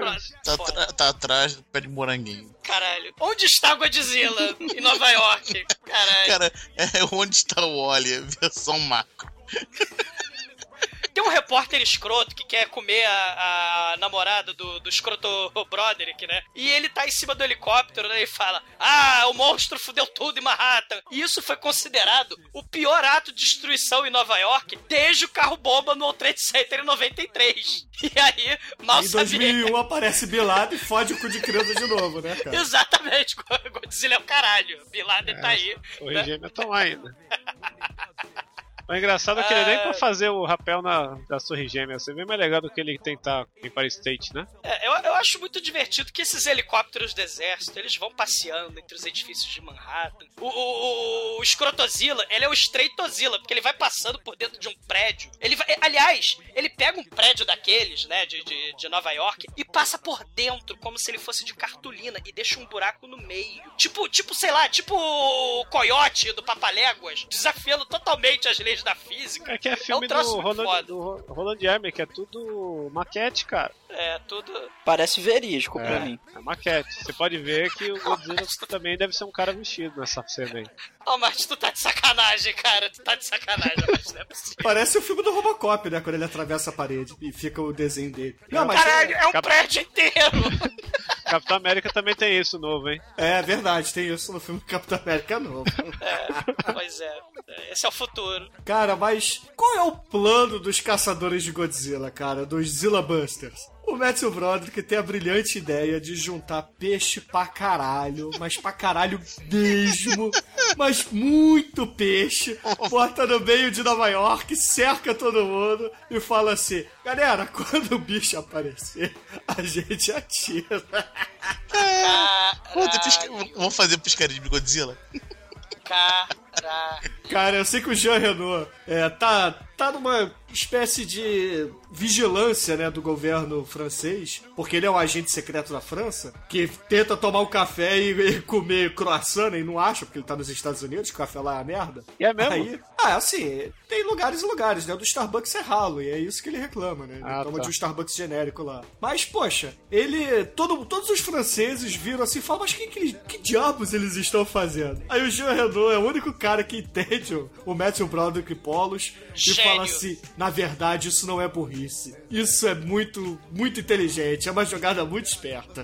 S3: Tá atrás do pé de moranguinho.
S2: Caralho. Onde está Godzilla? Em Nova York. Caralho.
S3: Cara, onde está o Wally? Versão macro.
S2: Tem um repórter escroto que quer comer a namorada do escroto Broderick, né? E ele tá em cima do helicóptero, né? E fala, o monstro fudeu tudo em Manhattan. E isso foi considerado o pior ato de destruição em Nova York desde o carro-bomba no World Trade Center em 93. E aí, mal sabia...
S1: Em 2001 aparece Bin Laden e fode o cu de criança de novo, né, cara?
S2: Exatamente. Godzilla é o caralho. Bin Laden tá aí.
S4: O regime tá lá ainda. O engraçado é que ele nem pra fazer o rapel da Torre Gêmea. Você vê mais legal do que ele tentar em Empire State, né?
S2: Eu acho muito divertido que esses helicópteros do exército, eles vão passeando entre os edifícios de Manhattan. O Escrotozilla, ele é o Straightozilla, porque ele vai passando por dentro de um prédio. Aliás, ele pega um prédio daqueles, né, de Nova York, e passa por dentro, como se ele fosse de cartolina, e deixa um buraco no meio. Tipo, sei lá, tipo o Coyote do Papaléguas, desafiando totalmente as leis da física.
S4: É que é filme do Roland Emmerich, que é tudo maquete, cara.
S2: É, tudo...
S5: Parece verídico pra mim.
S4: É maquete. Você pode ver que o Godzilla também deve ser um cara vestido nessa cena aí.
S2: Martin, tu tá de sacanagem, cara. Tu tá de sacanagem, Martin, não é possível.
S1: Parece o filme do Robocop, né? Quando ele atravessa a parede e fica o desenho dele.
S2: Não, mas caralho, é um prédio inteiro!
S4: Capitão América também tem isso novo, hein?
S1: É verdade, tem isso no filme Capitão América novo.
S2: Pois é. Esse é o futuro.
S1: Cara, mas qual é o plano dos caçadores de Godzilla, cara? Dos Zilla Busters? O Matthew Broderick tem a brilhante ideia de juntar peixe pra caralho, mas pra caralho mesmo, mas muito peixe, bota no meio de Nova York, cerca todo mundo e fala assim, galera, quando o bicho aparecer, a gente atira.
S3: Vamos fazer pescaria de Godzilla?
S1: Cara, eu sei que o Jean Reno tá numa espécie de vigilância, né, do governo francês, porque ele é um agente secreto da França, que tenta tomar um café e comer croissant e não acha, porque ele tá nos Estados Unidos, que o café lá é a merda.
S4: E é mesmo?
S1: Aí, assim, tem lugares e lugares, né, o do Starbucks é ralo, e é isso que ele reclama, né, ele toma de um Starbucks genérico lá. Mas, poxa, todos os franceses viram assim e falam, mas que diabos eles estão fazendo? Aí o Jean Reno é o único cara que entende o Matthew Broderick Polos e fala assim, na verdade, isso não é burrice. Isso é muito, muito inteligente. É uma jogada muito esperta.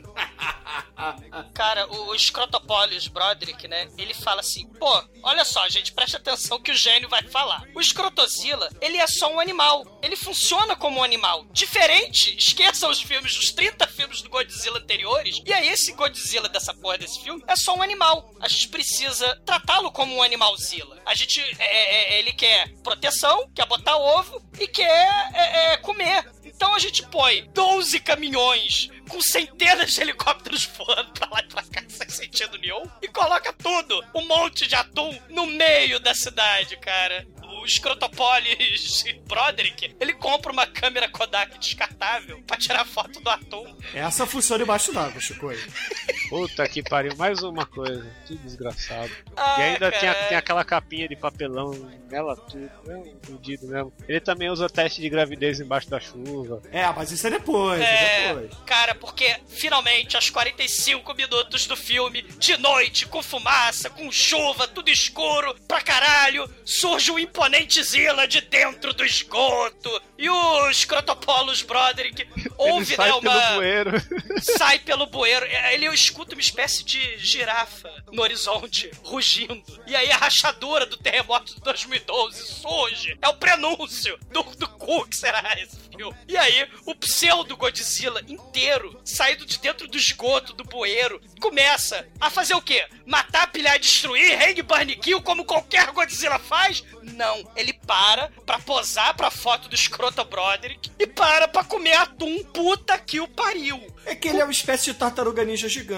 S2: Cara, o Escrotopolis Broderick, né? Ele fala assim, pô, olha só, gente, presta atenção que o gênio vai falar. O Escrotozilla, ele é só um animal. Ele funciona como um animal. Diferente, esqueçam os 30 filmes do Godzilla anteriores. E aí esse Godzilla dessa porra desse filme é só um animal. A gente precisa tratá-lo como um animalzilla. Ele quer proteção, quer botar ovo e quer comer. Então a gente põe 12 caminhões com centenas de helicópteros voando pra lá e pra cá sem sentido nenhum e coloca tudo, um monte de atum no meio da cidade, cara. O Escrotopolis Broderick, ele compra uma câmera Kodak descartável pra tirar foto do atum.
S1: Essa funciona embaixo d'água, Chico.
S4: Puta que pariu, mais uma coisa. Que desgraçado. E ainda tem aquela capinha de papelão nela tudo. É um fudido mesmo. Ele também usa teste de gravidez embaixo da chuva.
S1: Mas isso é depois,
S2: Cara, porque finalmente, aos 45 minutos do filme, de noite, com fumaça, com chuva, tudo escuro pra caralho, surge um imponente Zilla de dentro do esgoto. E o Escrotopolis Broderick ouve,
S4: sai pelo bueiro.
S2: Sai pelo bueiro. Ele escuta uma espécie de girafa no horizonte, rugindo. E aí a rachadura do terremoto de 2012 surge. É o prenúncio do cu que será esse filme. E aí, o pseudo-Godzilla inteiro, saído de dentro do esgoto, do bueiro, começa a fazer o quê? Matar, pilhar e destruir, hang, burn, kill, como qualquer Godzilla faz? Não. Ele para pra posar pra foto do Escroto Broderick e para pra comer atum. Puta que o pariu.
S1: É que ele é uma espécie de tartaruga ninja gigante.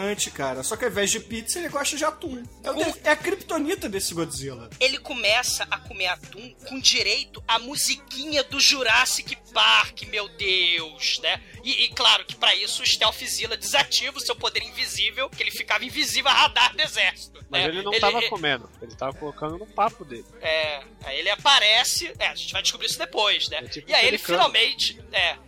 S1: gigante, cara. Só que ao invés de pizza, ele gosta de atum. É a criptonita desse Godzilla.
S2: Ele começa a comer atum com direito à musiquinha do Jurassic Park, meu Deus, né? E claro que pra isso o Stealthzilla desativa o seu poder invisível, que ele ficava invisível a radar do exército.
S4: Mas ele não tava comendo, ele tava colocando no papo dele.
S2: Aí ele aparece, a gente vai descobrir isso depois, né? E aí ele finalmente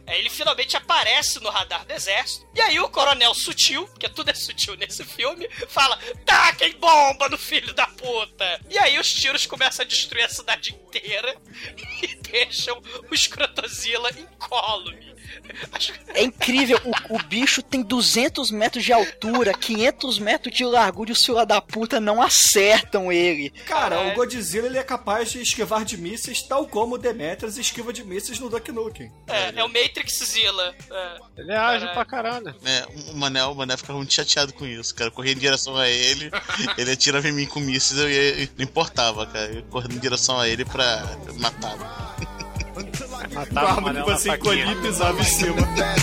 S2: aparece no radar do exército, e aí o coronel sutil, porque tudo é sutil nesse filme, fala, taquem bomba no filho da puta! E aí os tiros começam a destruir a cidade inteira e deixam o Escrotozilla incólume.
S5: É incrível, o bicho tem 200 metros de altura, 500 metros de largura e os filhos da puta não acertam ele.
S1: Cara, o Godzilla ele é capaz de esquivar de mísseis, tal como o Demetrius esquiva de mísseis no Duck Nukem.
S2: É o Matrixzilla.
S4: Ele é ágil pra caralho.
S3: O Manel fica muito chateado com isso, cara. Eu corria em direção a ele, ele atirava em mim com mísseis, não importava, cara. Eu corria em direção a ele pra matá-lo.
S1: Com a arma que você encolhia e pisava em cima.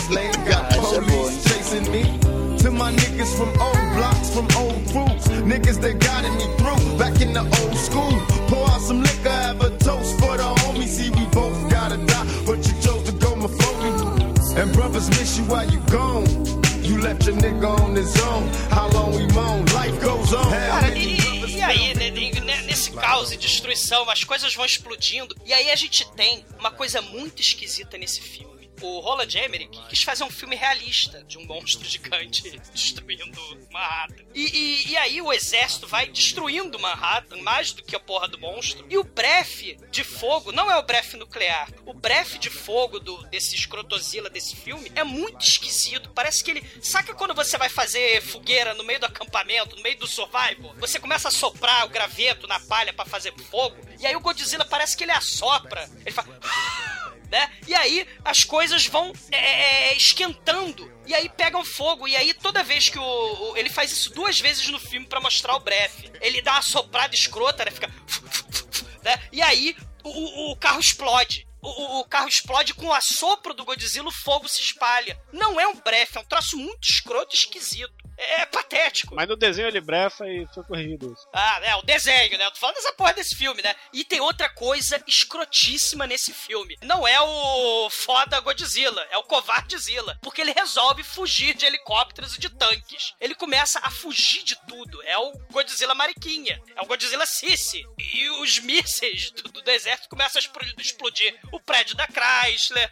S5: Isso é bom, hein?
S9: To my niggas from old blocks, from old crews, niggas that guided me through back in the old school. Pour out some liquor, have a toast for the homies. See, we both gotta die, but you chose to go before me. And brothers miss you while you gone. You left your nigga on his own. How long we moan? Life goes on.
S2: Cara, e aí, nesse caos e destruição, as coisas vão explodindo. E aí a gente tem uma coisa muito esquisita nesse filme. O Roland Emmerich quis fazer um filme realista de um monstro gigante destruindo Manhattan. E aí o exército vai destruindo Manhattan mais do que a porra do monstro. E o brefe de fogo, não é o brefe nuclear, o brefe de fogo desse Escrotozilla desse filme é muito esquisito. Parece que ele... Saca quando você vai fazer fogueira no meio do acampamento, no meio do survival? Você começa a soprar o graveto na palha pra fazer fogo, e aí o Godzilla parece que ele assopra. Ele faz... né? E aí as coisas vão esquentando. E aí pegam fogo. E aí toda vez que ele faz isso 2 vezes no filme pra mostrar o brefe. Ele dá uma soprada escrota, né? Fica... né? E aí o carro explode. O carro explode com o assopro do Godzilla, o fogo se espalha. Não é um brefe, é um troço muito escroto e esquisito. É patético.
S4: Mas no desenho ele brefa e foi corrigido isso.
S2: O desenho, né? Eu tô falando dessa porra desse filme, né? E tem outra coisa escrotíssima nesse filme. Não é o foda Godzilla, é o Covardzilla. Porque ele resolve fugir de helicópteros e de tanques. Ele começa a fugir de tudo. É o Godzilla mariquinha. É o Godzilla Sissi. E os mísseis do exército começam a explodir. O prédio da Chrysler,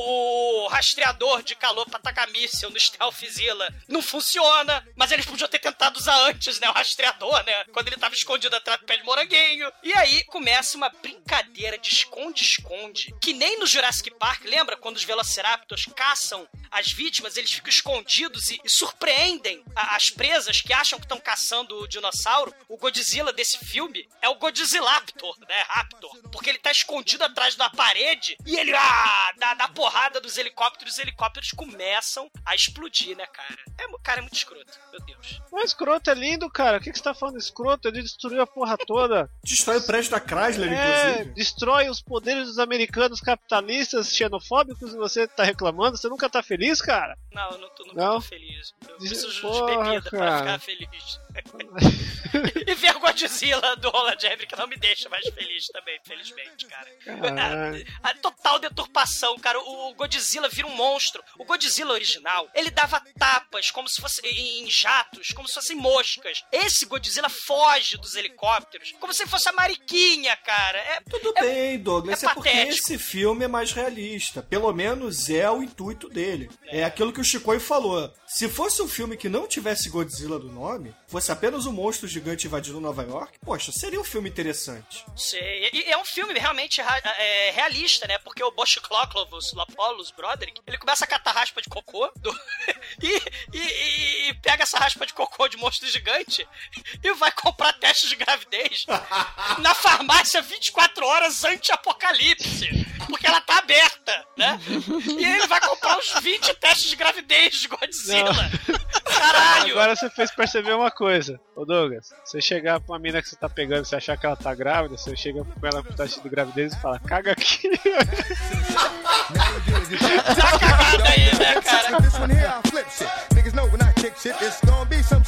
S2: o rastreador de calor pra atacar míssil no Stealthzilla não funciona. Mas eles podiam ter tentado usar antes, né? O rastreador, né? Quando ele tava escondido atrás do pé de moranguinho. E aí começa uma brincadeira de esconde-esconde. Que nem no Jurassic Park, lembra? Quando os Velociraptors caçam as vítimas, eles ficam escondidos e surpreendem as presas que acham que estão caçando o dinossauro. O Godzilla desse filme é o Godzillaptor, né? Raptor. Porque ele tá escondido atrás da parede e ele dá porrada dos helicópteros. Os helicópteros começam a explodir, né, cara? Cara, é muito escroto. Meu Deus.
S4: Mas escroto é lindo, cara. O que você tá falando escroto? Ele destruiu a porra toda.
S1: Destrói o prédio da Chrysler, inclusive.
S4: Destrói os poderes dos americanos capitalistas xenofóbicos e você tá reclamando? Você nunca tá feliz, cara?
S2: Não, eu nunca tô feliz. Eu preciso de bebida pra ficar feliz. E ver Godzilla do Roland Emmerich não me deixa mais feliz também, felizmente, cara. A total deturpação, cara. O Godzilla vira um monstro. O Godzilla original, ele dava tapas como se fosse em jatos, como se fossem moscas. Esse Godzilla foge dos helicópteros como se fosse a mariquinha, cara.
S1: Tudo bem, Douglas. É porque esse filme é mais realista. Pelo menos é o intuito dele. É aquilo que o Chicoio falou. Se fosse um filme que não tivesse Godzilla do nome, fosse apenas um monstro gigante invadindo Nova York, poxa, seria um filme interessante.
S2: Sei. E é um filme realmente realista, né? Porque o Bosch Lapollos Broderick, ele começa a catar raspa de cocô e pega essa raspa de cocô de monstro gigante e vai comprar testes de gravidez na farmácia 24 horas anti-apocalipse. Porque ela tá aberta, né? E ele vai comprar uns 20 testes de gravidez de Godzilla. Caralho!
S4: Agora você fez perceber uma coisa. Ô Douglas, você chegar pra uma mina que você tá pegando e você achar que ela tá grávida, você chega com ela pro teste de gravidez e fala, caga aqui.
S2: Tá cagada aí, né, cara?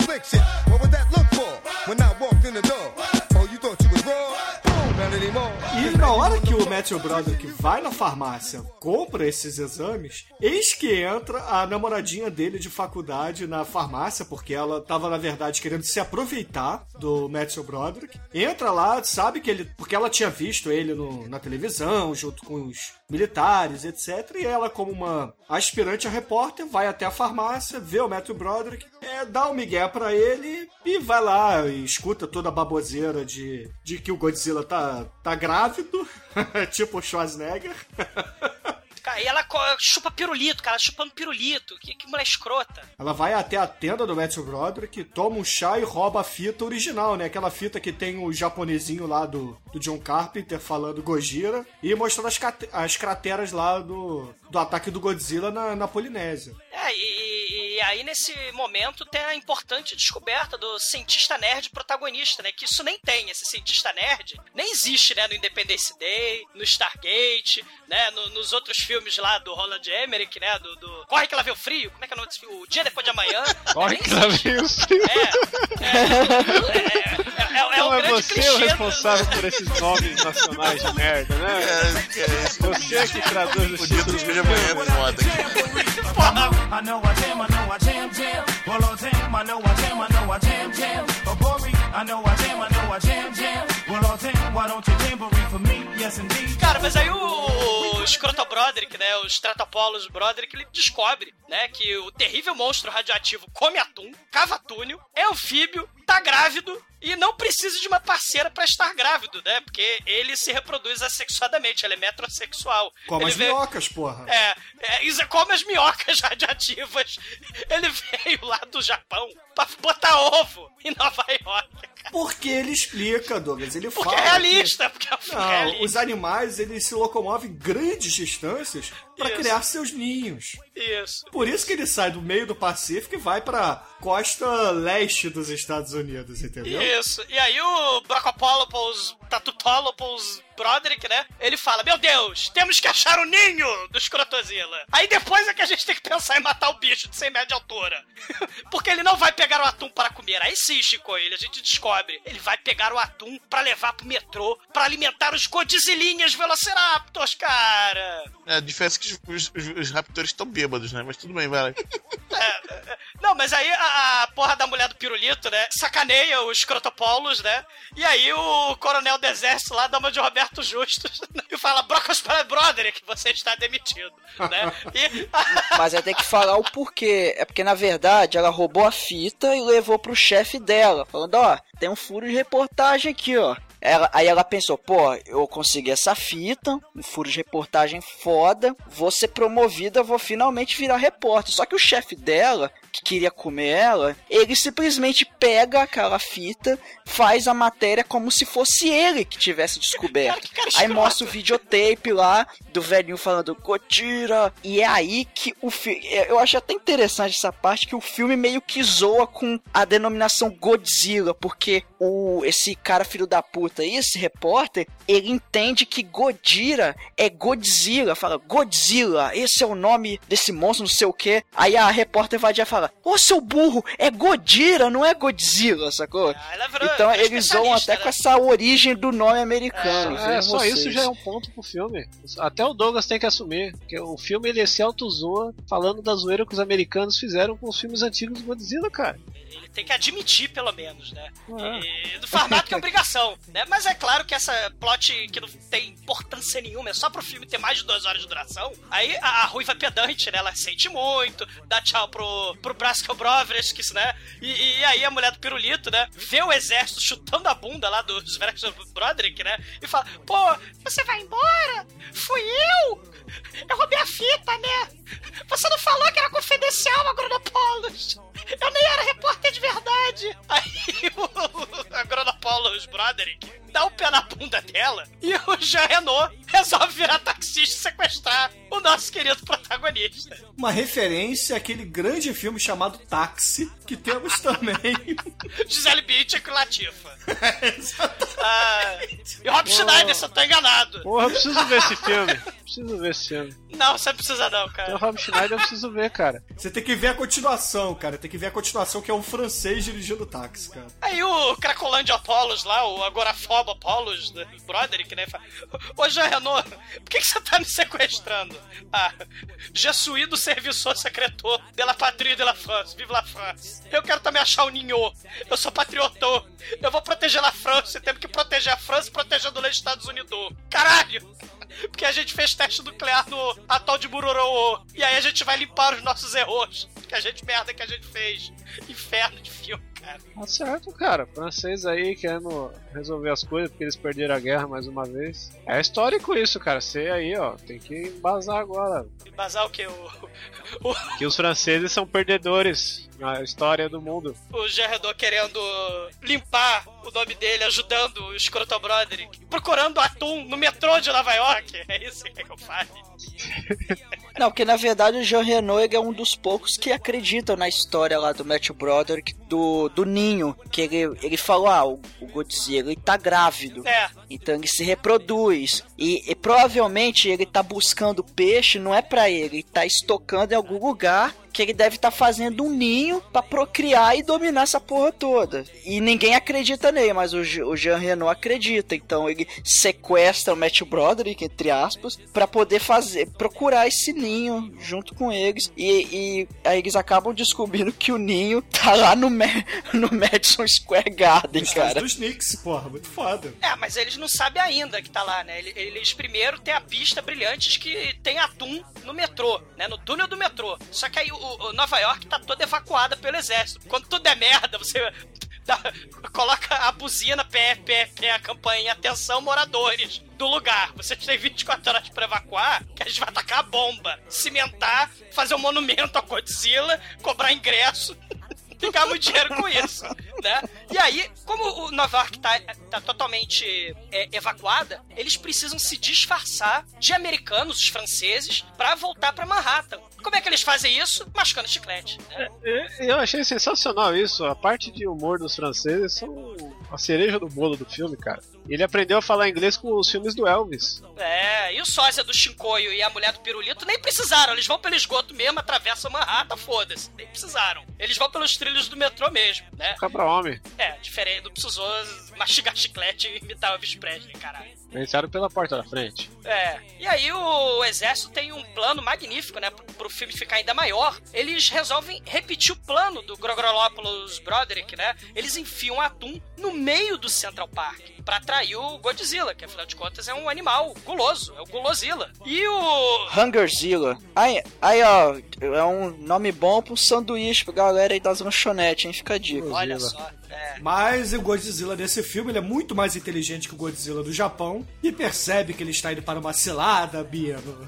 S1: vai na farmácia, compra esses exames, eis que entra a namoradinha dele de faculdade na farmácia, porque ela tava, na verdade, querendo se aproveitar do Matthew Broderick. Entra lá, sabe que ele... Porque ela tinha visto ele na televisão, junto com os militares, etc. E ela, como uma aspirante a repórter, vai até a farmácia, vê o Matthew Broderick, dá um migué pra ele e vai lá e escuta toda a baboseira de que o Godzilla tá grávido, tipo o Schwarzenegger.
S2: E ela chupa pirulito, cara, chupando pirulito. Que mulher escrota.
S1: Ela vai até a tenda do Matthew Broderick, toma um chá e rouba a fita original, né? Aquela fita que tem o japonesinho lá do John Carpenter falando Gojira e mostrando as crateras lá do ataque do Godzilla na Polinésia.
S2: E aí nesse momento tem a importante descoberta do cientista nerd protagonista, né? Que isso nem tem, esse cientista nerd nem existe, né? No Independence Day, no Stargate, né? Nos outros filmes lá do Roland Emmerich, né? Do Corre que lá vê o frio, como é que é o nome desse filme? O Dia Depois de Amanhã.
S4: Corre que lá vê o frio.
S2: Não
S4: é você o responsável por esses nomes nacionais de merda, né? Você que traduz
S3: o Dia dos Filhos de Amanhã é moda.
S7: I know I jam, well, oh damn, I know I jam, oh Bori, I know I jam, well, oh damn, why don't you jamboree for me, yes indeed.
S2: Cara, mas aí o Escroto Broderick, né, o Stratopolos Broderick, ele descobre, né, que o terrível monstro radioativo come atum, cava túnel, é anfíbio, tá grávido e não precisa de uma parceira pra estar grávido, né? Porque ele se reproduz assexuadamente, ele é metrosexual.
S1: Como as minhocas, porra.
S2: Como as minhocas radiativas. Ele veio lá do Japão pra botar ovo em Nova York, cara.
S1: Porque ele explica, Douglas, ele fala...
S2: Porque é realista, porque é
S1: não,
S2: realista.
S1: Os animais, eles se locomovem grandes distâncias pra criar seus ninhos.
S2: Isso.
S1: Por isso que ele sai do meio do Pacífico e vai pra costa leste dos Estados Unidos, entendeu?
S2: Isso. E aí o Bracopolopoulos, Tatutolopoulos Broderick, né? Ele fala, meu Deus, temos que achar o ninho do Escrotozilla. Aí depois é que a gente tem que pensar em matar o bicho de 100 metros de altura. Porque ele não vai pegar o atum para comer. Aí sim, Chico, a gente descobre. Ele vai pegar o atum pra levar pro metrô, pra alimentar os Godzillinhas Velociraptors, cara.
S3: A diferença é que os raptores estão bêbados, né? Mas tudo bem, vai.
S2: Não, mas aí a porra da mulher do pirulito, né? Sacaneia os Escrotopolos, né? E aí o coronel do exército lá dá uma de Roberto Justus e fala, Brocos Broderick, você está demitido, né?
S5: Mas aí tem que falar o porquê. É porque, na verdade, ela roubou a fita e levou pro chefe dela, falando, ó, tem um furo de reportagem aqui, ó. Aí ela pensou, pô, eu consegui essa fita, um furo de reportagem foda, vou ser promovida, vou finalmente virar repórter. Só que o chefe dela, que queria comer ela, ele simplesmente pega aquela fita, faz a matéria como se fosse ele que tivesse descoberto. Aí mostra o videotape lá do velhinho falando Gojira. E é aí que o filme... Eu acho até interessante essa parte, que o filme meio que zoa com a denominação Godzilla, porque esse cara filho da puta aí, esse repórter, ele entende que Gojira é Godzilla, fala Godzilla, esse é o nome desse monstro, não sei o que. Aí a repórter vai já falar, ô seu burro, é Gojira, não é Godzilla, sacou? Então eles zoam até com essa origem do nome americano.
S4: Só vocês. Isso já é um ponto pro filme. Até o Douglas tem que assumir, que o filme ele se auto-zoa falando da zoeira que os americanos fizeram com os filmes antigos do Godzilla, cara.
S2: Ele tem que admitir, pelo menos, né? E do formato que é obrigação, né? Mas é claro que essa plot que não tem importância nenhuma, é só pro filme ter mais de 2 horas de duração. Aí a ruiva pedante, né? Ela sente muito, dá tchau pro Brasco Broderick, né? E aí a mulher do pirulito, né? Vê o exército chutando a bunda lá dos Broderick, né? E fala, pô, você vai embora? Fui eu? Eu roubei a fita, né? Você não falou que era confidencial, Agronopolos? Eu nem era repórter de verdade. Aí o Agronopolos Broderick dá o pé na bunda dela e o Jean Reno resolve virar taxista e sequestrar o nosso querido protagonista. protagonista.
S1: Uma referência àquele grande filme chamado Táxi, que temos também.
S2: Gisele Bündchen com Latifa. E Rob Schneider, se eu tô enganado.
S4: Porra, eu preciso ver esse filme.
S2: Não, você não precisa não, cara.
S4: Tem o Rob Schneider, eu preciso ver, cara.
S1: Você tem que ver a continuação, cara. Tem que ver a continuação, que é um francês dirigindo Táxi, cara.
S2: Aí o Cracolândia Apollos lá, o Agorafobo Apollos, né, Broderick, né? Fala, ô Jean Renault, por que você tá me sequestrando? Je suis do serviço secretor de la patrie de la France, vive la France. Eu quero também achar o Ninho. Eu sou patriotô. Eu vou proteger a França, temos que proteger a França protegendo os Estados Unidos. Caralho! Porque a gente fez teste nuclear no atol de Bururu. E aí a gente vai limpar os nossos erros. Merda que a gente fez. Inferno de filme, cara.
S4: Tá certo, cara. Francês aí querendo resolver as coisas porque eles perderam a guerra mais uma vez. É histórico isso, cara. Você aí, ó, tem que embasar agora.
S2: Embasar o quê?
S4: Que os franceses são perdedores na história do mundo.
S2: O Gerardot querendo limpar o nome dele, ajudando o Scroto Broderick, procurando atum no metrô de Nova York. É isso que eu falo.
S5: Não, porque na verdade o Jean Reno é um dos poucos que acreditam na história lá do Matthew Broderick, do Ninho, que ele falou, o Godzilla ele tá grávido, então ele se reproduz, e provavelmente ele tá buscando peixe, não é pra ele tá estocando em algum lugar, que ele deve estar fazendo um ninho pra procriar e dominar essa porra toda. E ninguém acredita nele, mas o Jean Reno acredita. Então ele sequestra o Matthew Broderick, entre aspas, pra poder procurar esse ninho junto com eles. E aí eles acabam descobrindo que o ninho tá lá no Madison Square Garden, cara.
S1: Dos Knicks, porra, muito foda.
S2: Mas eles não sabem ainda que tá lá, né? Eles primeiro têm a pista brilhante de que tem atum no metrô, né? No túnel do metrô. Só que aí o Nova York tá toda evacuada pelo exército. Quando tudo é merda, você coloca a buzina, a campainha, atenção, moradores do lugar. Vocês têm 24 horas pra evacuar, que a gente vai atacar a bomba, cimentar, fazer um monumento ao Godzilla, cobrar ingresso, ficar muito dinheiro com isso, né? E aí, como o Nova York tá totalmente evacuada, eles precisam se disfarçar de americanos, os franceses, pra voltar pra Manhattan. Como é que eles fazem isso? Mascando chiclete, né?
S4: Eu achei sensacional isso. A parte de humor dos franceses são a cereja do bolo do filme, cara. Ele aprendeu a falar inglês com os filmes do Elvis.
S2: E o sósia do Shinkoio e a mulher do Pirulito nem precisaram. Eles vão pelo esgoto mesmo, atravessam Manhattan, foda-se. Nem precisaram. Eles vão pelos trilhos do metrô mesmo, né?
S4: Cabra homem.
S2: Diferente. Não precisou mastigar chiclete e imitar o Elvis Presley, caralho.
S4: Pensaram pela porta da frente.
S2: E aí o exército tem um plano magnífico, né? Pro filme ficar ainda maior. Eles resolvem repetir o plano do Grogolopoulos Broderick, né? Eles enfiam atum no meio do Central Park pra atrair o Godzilla, que afinal de contas é um animal guloso, é o Gulozilla. E o...
S5: Hungerzilla. Aí, ó, é um nome bom pro sanduíche pra galera aí das lanchonetes, hein? Fica a dica.
S2: Olha só.
S1: Mas o Godzilla desse filme ele é muito mais inteligente que o Godzilla do Japão e percebe que ele está indo para uma cilada, Bino.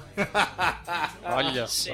S4: Olha só.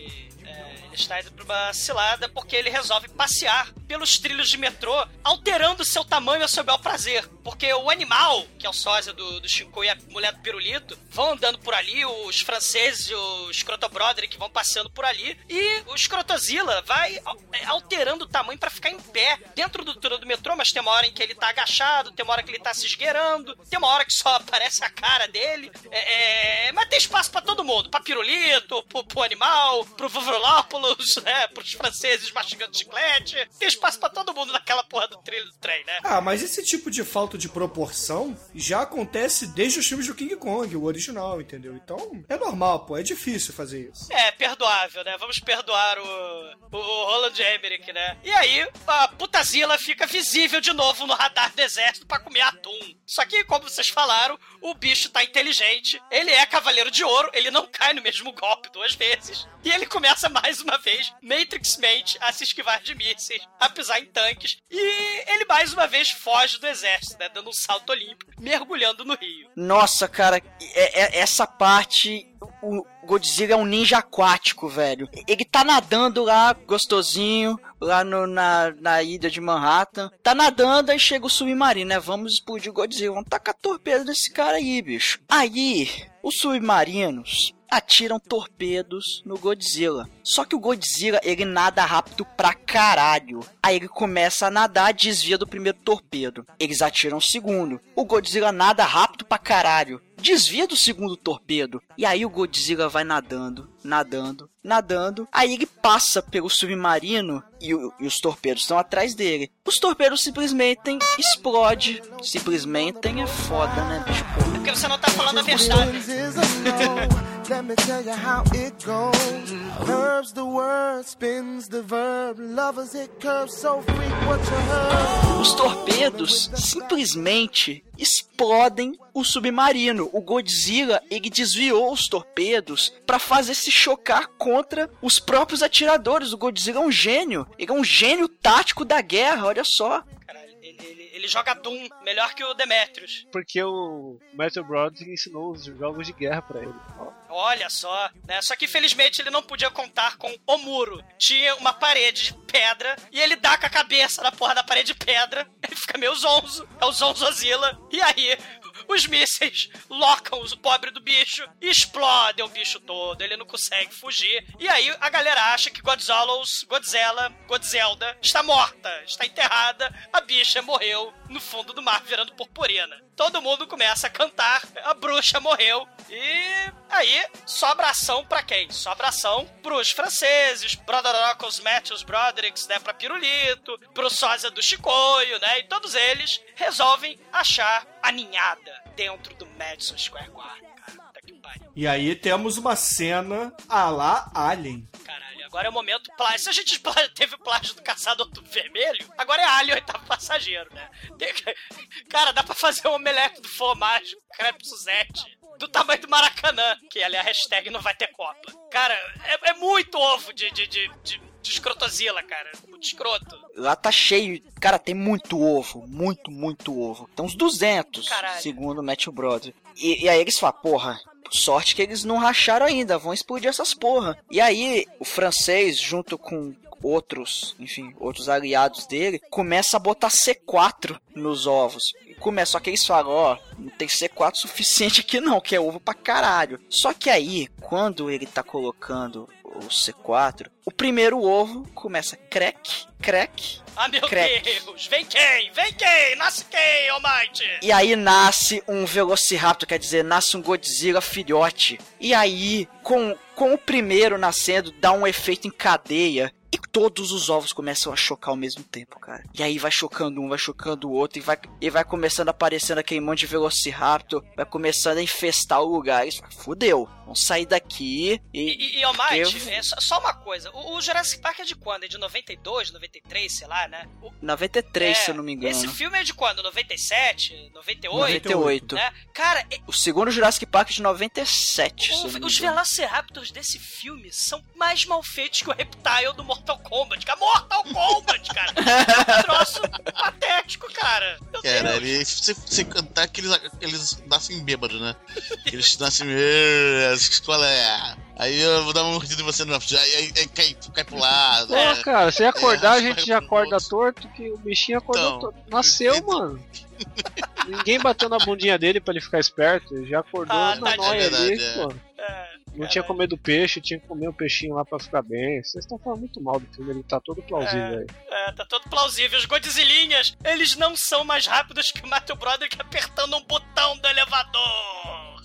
S2: Está indo pra uma cilada porque ele resolve passear pelos trilhos de metrô, alterando seu tamanho a seu bel prazer. Porque o animal, que é o sósia do Shinko e a mulher do Pirulito, vão andando por ali, os franceses e o Scroto Broderick vão passeando por ali, e o Scrotozilla vai alterando o tamanho pra ficar em pé dentro do túnel do metrô, mas tem uma hora em que ele tá agachado, tem uma hora que ele tá se esgueirando, tem uma hora que só aparece a cara dele, mas tem espaço pra todo mundo, pra Pirulito, pro animal, pro Vovrolópolis, né, pros franceses mastigando chiclete, tem espaço pra todo mundo naquela porra do trilho do trem, né?
S1: Mas esse tipo de falta de proporção já acontece desde os filmes do King Kong, o original, entendeu? Então, é normal, pô, é difícil fazer isso.
S2: Perdoável, né? Vamos perdoar o Roland Emmerich, né? E aí, a putazila fica visível de novo no radar do exército pra comer atum. Só que, como vocês falaram, o bicho tá inteligente, ele é cavaleiro de ouro, ele não cai no mesmo golpe 2 vezes, e ele começa mais uma vez, Matrixmente, a se esquivar de mísseis, a pisar em tanques, e ele mais uma vez foge do exército, né? Dando um salto olímpico, mergulhando no rio.
S5: Nossa, cara, essa parte... O Godzilla é um ninja aquático, velho. Ele tá nadando lá, gostosinho, lá na ilha de Manhattan. Tá nadando, aí chega o submarino, né? Vamos explodir o Godzilla. Vamos tacar torpedo nesse cara aí, bicho. Aí, os submarinos atiram torpedos no Godzilla. Só que o Godzilla, ele nada rápido pra caralho. Aí ele começa a nadar, desvia do primeiro torpedo. Eles atiram o segundo. O Godzilla nada rápido pra caralho, desvia do segundo torpedo. E aí o Godzilla vai nadando. Aí ele passa pelo submarino e os torpedos estão atrás dele. Os torpedos simplesmente explodem. Simplesmente é foda, né, bicho?
S2: Porque você não tá falando a verdade.
S9: Let me tell you how it goes. Curves the word, spins the verb. Lovers it curves so freak what you heard.
S5: Os torpedos simplesmente explodem o submarino. O Godzilla, ele desviou os torpedos pra fazer se chocar contra os próprios atiradores. O Godzilla é um gênio. Ele é um gênio tático da guerra, olha só.
S2: Ele joga Doom melhor que o Demetrius.
S4: Porque o Matthew Broderick ensinou os jogos de guerra pra ele.
S2: Olha só, né? Só que infelizmente ele não podia contar com o muro. Tinha uma parede de pedra e ele dá com a cabeça na porra da parede de pedra. Ele fica meio zonzo. É o Zonzozilla. E aí, os mísseis locam o pobre do bicho e explodem o bicho todo. Ele não consegue fugir. E aí a galera acha que Godzilla está morta, está enterrada. A bicha morreu no fundo do mar virando purpurina. Todo mundo começa a cantar, a bruxa morreu. E aí, sobra ação pra quem? Sobra ação pros franceses, Brodorocos, Matthews, Brodericks, né, pra Pirulito, pro sósia do Chicoio, né, e todos eles resolvem achar a ninhada dentro do Madison Square Garden, cara. Puta que pariu.
S1: E aí temos uma cena à la Alien.
S2: Caralho, agora é o momento plágio. Se a gente teve o plágio do Caçador do Vermelho, agora é Alien, oitavo passageiro, né? Cara, dá pra fazer um omelete do fromage, crepe Suzette, do tamanho do Maracanã, que ali a hashtag não vai ter Copa. Cara, é muito ovo de escrotozila, cara. Muito escroto.
S5: Lá tá cheio. Cara, tem muito ovo. Muito ovo. Tem uns 200,
S2: caralho,
S5: segundo o Matthew Broderick. E aí eles falam, porra, sorte que eles não racharam ainda, vão explodir essas porra. E aí o francês, junto com outros aliados dele, começa a botar C4 nos ovos. Só que eles falam, ó, não tem C4 suficiente aqui não, que é ovo pra caralho. Só que aí, quando ele tá colocando o C4, o primeiro ovo começa crack.
S2: Ah, meu Deus! Vem quem? Nasce quem, Almighty?
S5: E aí nasce um Velociraptor, quer dizer, nasce um Godzilla filhote. E aí, com o primeiro nascendo, dá um efeito em cadeia. E todos os ovos começam a chocar ao mesmo tempo, cara. E aí vai chocando um, vai chocando o outro. E vai começando a aparecendo aquele monte de Velociraptor. Vai começando a infestar o lugar. Isso, fudeu. Vamos sair daqui
S2: e Almighty, só uma coisa. O Jurassic Park é de quando? É de 92, 93, sei lá, né?
S5: 93, se eu não me engano.
S2: Esse filme é de quando? 97? 98?
S5: 98.
S2: Né? Cara...
S5: O segundo Jurassic Park é de 97,
S2: os Velociraptors desse filme são mais mal feitos que o Reptile do Mortal Kombat. Mortal Kombat, cara! É um troço patético, cara.
S3: Cara, você cantar que eles nascem bêbados, né? Eles nascem... Qual é? Aí eu vou dar uma mordida em você no aí cai pro lado.
S4: Pô, cara, se acordar, a gente já acorda torto, que o bichinho acordou torto. Nasceu, mano. Ninguém bateu na bundinha dele pra ele ficar esperto. Ele já acordou na nóia ali, pô. Não tinha comido peixe, tinha que comer um peixinho lá pra ficar bem. Vocês estão falando muito mal do filme, ele tá todo plausível aí.
S2: Tá todo plausível. Os Godzillinhas, eles não são mais rápidos que o Matthew Broderick apertando um botão do elevador.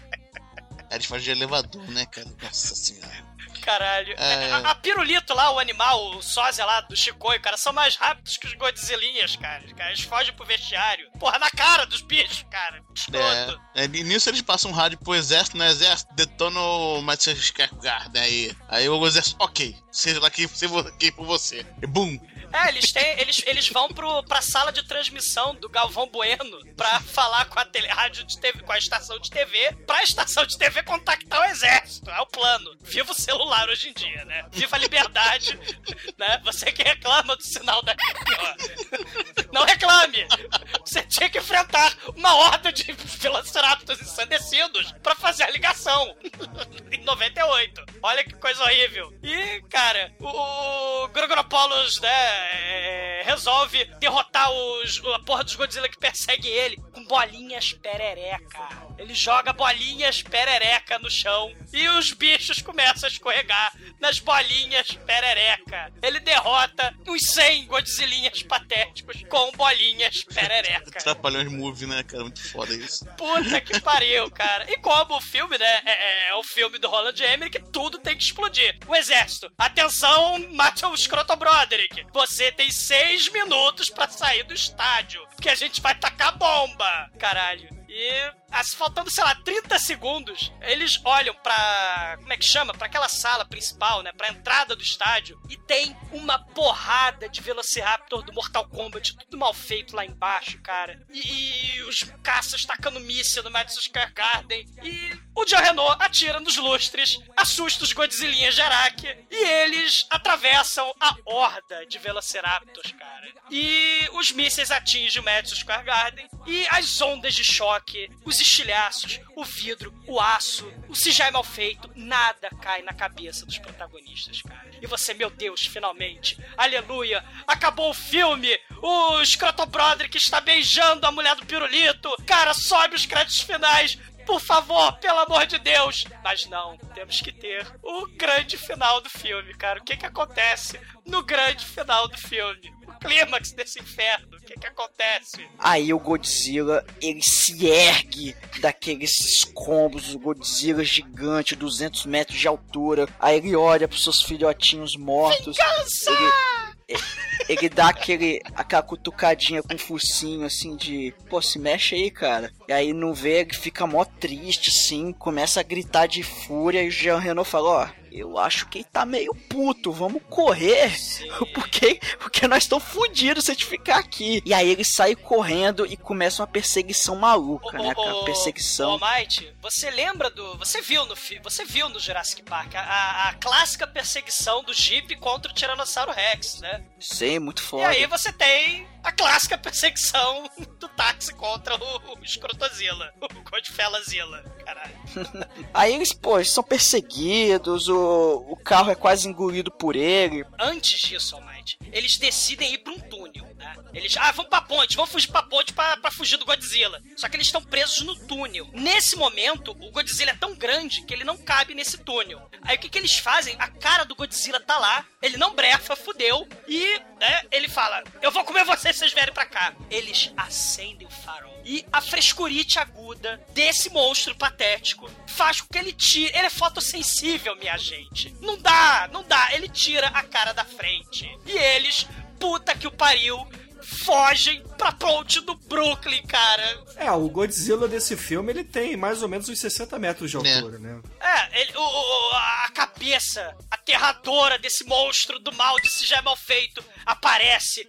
S3: Eles fazem de elevador, né, cara? Nossa senhora.
S2: Caralho. A Pirulito lá, o animal, o sósia lá do Chicoio, cara, são mais rápidos que os Godzillinhas, cara. Eles fogem pro vestiário. Porra, na cara dos bichos, cara. Escroto.
S3: Nisso eles passam um rádio pro exército, né? Exército, detona o Madison Square Garden. Aí o exército, ok, seja lá quem por você. E bum!
S2: Eles vão pra sala de transmissão do Galvão Bueno pra falar com a rádio de TV, com a estação de TV, pra estação de TV contactar o exército. É o plano. Viva o celular hoje em dia, né? Viva a liberdade, né? Você que reclama do sinal da... Não reclame! você tinha que enfrentar uma horda de Velociraptors ensandecidos pra fazer a ligação. Em 98. Olha que coisa horrível. E, cara, o Gorgonopoulos, né, resolve derrotar a porra dos Godzilla que perseguem ele com bolinhas perereca. Ele joga bolinhas perereca no chão e os bichos começam a escorregar nas bolinhas perereca. Ele derrota uns 100 Godzillinhas patéticos com bolinhas perereca.
S3: Trapalhões Movie, né, cara? Muito foda isso.
S2: Puta que pariu, cara. E como o filme, né, é o filme do Roland Emmerich, tudo tem que explodir. O exército, atenção, mate o Scroto Broderick. Você tem 6 minutos pra sair do estádio, porque a gente vai tacar bomba. Caralho. E, faltando, sei lá, 30 segundos, eles olham pra... como é que chama? Pra aquela sala principal, né? Pra entrada do estádio. E tem uma porrada de Velociraptor do Mortal Kombat, tudo mal feito lá embaixo, cara. E os caças tacando míssil no Madison Square Garden. E o Jean Reno atira nos lustres, assusta os Godzillinhas Gerak. E eles atravessam a horda de Velociraptors, cara. E os mísseis atingem o Madison Square Garden. E as ondas de choque, os estilhaços, o vidro, o aço, o CGI mal feito, nada cai na cabeça dos protagonistas, cara. E você, meu Deus, finalmente, aleluia, acabou o filme, o Scroto Broderick está beijando a mulher do pirulito, cara, sobe os créditos finais, por favor, pelo amor de Deus. Mas não, temos que ter o grande final do filme, cara. O que acontece no grande final do filme? O clímax desse inferno, o que acontece?
S5: Aí o Godzilla, ele se ergue daqueles escombros, o Godzilla gigante, 200 metros de altura. Aí ele olha pros seus filhotinhos mortos.
S2: Vingança!
S5: Ele dá aquela cutucadinha com o focinho, assim, de... Pô, se mexe aí, cara. E aí não vê, ele fica mó triste, assim, começa a gritar de fúria. E o Jean Reno fala, ó... Eu acho que ele tá meio puto, vamos correr, porque nós estamos fodidos se a gente ficar aqui. E aí ele sai correndo e começa uma perseguição maluca, né? Aquela perseguição.
S2: Might, você lembra você viu no Jurassic Park a clássica perseguição do Jeep contra o Tiranossauro Rex, né?
S5: Sei, muito foda.
S2: E aí você tem a clássica perseguição do táxi contra o Scrotozilla, o Godfellazilla, caralho.
S5: Aí eles são perseguidos, o carro é quase engolido por ele.
S2: Antes disso, Almighty, eles decidem ir pra um túnel, né? Eles, vamos pra ponte, vamos fugir pra ponte pra fugir do Godzilla. Só que eles estão presos no túnel. Nesse momento, o Godzilla é tão grande que ele não cabe nesse túnel. Aí o que eles fazem? A cara do Godzilla tá lá, ele não brefa, fudeu, e, né, ele fala, eu vou comer vocês se vocês vierem pra cá. Eles acendem o farol. E a frescurite aguda desse monstro patético faz com que ele tire... Ele é fotossensível, minha gente. Não dá. Ele tira a cara da frente. E eles, puta que o pariu, fogem pra ponte do Brooklyn, cara.
S1: O Godzilla desse filme, ele tem mais ou menos uns 60 metros de altura, né?
S2: A cabeça aterradora desse monstro do mal, desse já mal feito, aparece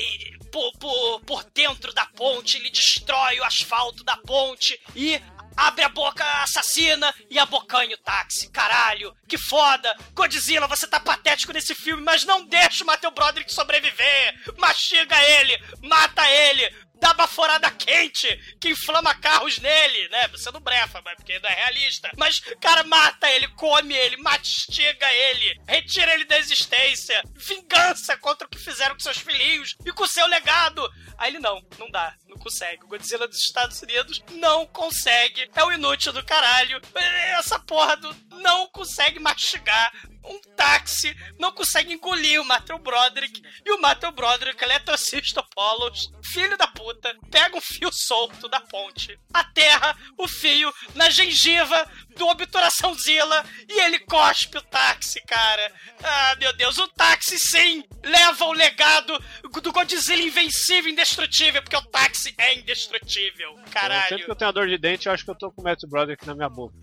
S2: por dentro da ponte, ele destrói o asfalto da ponte e... abre a boca assassina e abocanha o táxi. Caralho, que foda. Godzilla, você tá patético nesse filme, mas não deixa o Matthew Broderick sobreviver. Mastiga ele, mata ele, dá baforada quente que inflama carros nele, né? Você não brefa, mas porque não é realista. Mas, cara, mata ele, come ele, mastiga ele, retira ele da existência. Vingança contra o que fizeram com seus filhinhos e com o seu legado. Aí ele não dá, não consegue. O Godzilla dos Estados Unidos não consegue. É o inútil do caralho. Essa porra não consegue mastigar um táxi, não consegue engolir o Matthew Broderick. E o Matthew Broderick, Eletrocistopoulos, filho da puta, pega um fio solto da ponte, aterra o fio na gengiva do Obturaçãozilla e ele cospe o táxi, cara. Ah, meu Deus, o táxi sim leva o legado do Godzilla invencível, indestrutível, porque o táxi é indestrutível, caralho.
S4: Sempre que eu tenho a dor de dente, eu acho que eu tô com o Matthew Broderick na minha boca.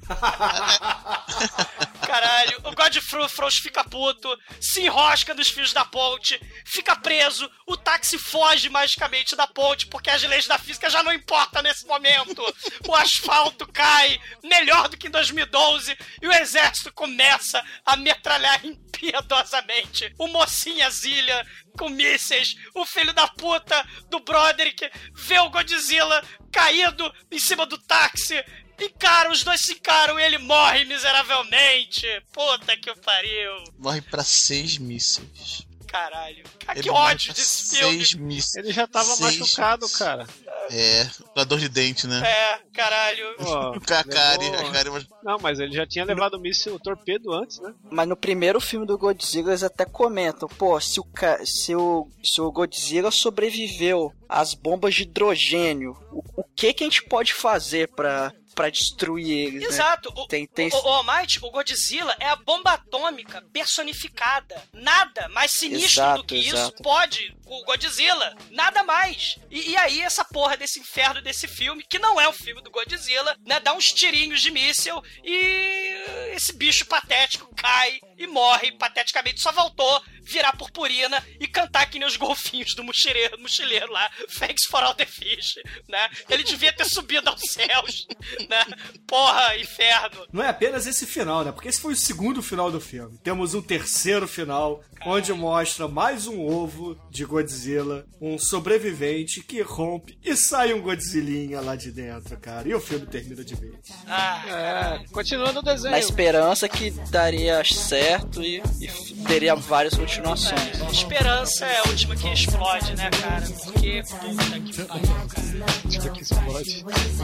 S2: Caralho, o Godfrost fica puto, se enrosca nos fios da ponte, fica preso, o táxi foge magicamente da ponte, porque as leis da física já não importam nesse momento. O asfalto cai, melhor do que em 2012, e o exército começa a metralhar em piedosamente o mocinha Zilha com mísseis, o filho da puta do Broderick vê o Godzilla caído em cima do táxi. Os dois se encaram e ele morre miseravelmente. Puta que pariu.
S3: Morre pra 6 mísseis.
S2: Caralho. Que ódio desse filme.
S3: 6 mísseis.
S4: Ele já tava machucado, cara.
S3: Com a dor de dente, né?
S2: Caralho.
S3: A Kari.
S4: Não, mas ele já tinha levado o torpedo antes, né?
S5: Mas no primeiro filme do Godzilla eles até comentam, pô, se o Godzilla sobreviveu às bombas de hidrogênio, o que a gente pode fazer pra destruir eles,
S2: Exato.
S5: Né?
S2: O Almighty, o Godzilla é a bomba atômica personificada. Nada mais sinistro do que isso pode o Godzilla. Nada mais. E aí essa porra desse inferno desse filme, que não é o filme do Godzilla, né? Dá uns tirinhos de míssil e esse bicho patético cai e morre pateticamente. Só voltou virar purpurina e cantar que nem os golfinhos do mochileiro lá. Thanks for all the fish, né? Ele devia ter subido aos céus, né? Porra, inferno.
S1: Não é apenas esse final, né? Porque esse foi o segundo final do filme. Temos um terceiro final, onde mostra mais um ovo de Godzilla, um sobrevivente que rompe e sai um Godzillinha lá de dentro, cara. E o filme termina de vez.
S4: Continuando o desenho.
S5: Na esperança que daria certo e teria várias continuações.
S2: A esperança é a última que explode, né, cara? Porque puta que pariu, cara.
S4: Última que explode.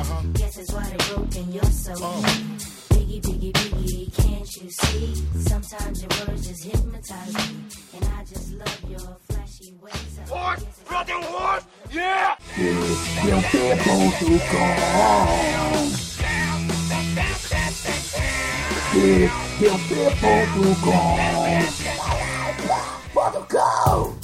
S10: Biggie, biggie, biggie, can't you see? Sometimes your words just hypnotize me, and I just love your flashy ways.
S9: What? Brother, what? Yeah!
S10: Go!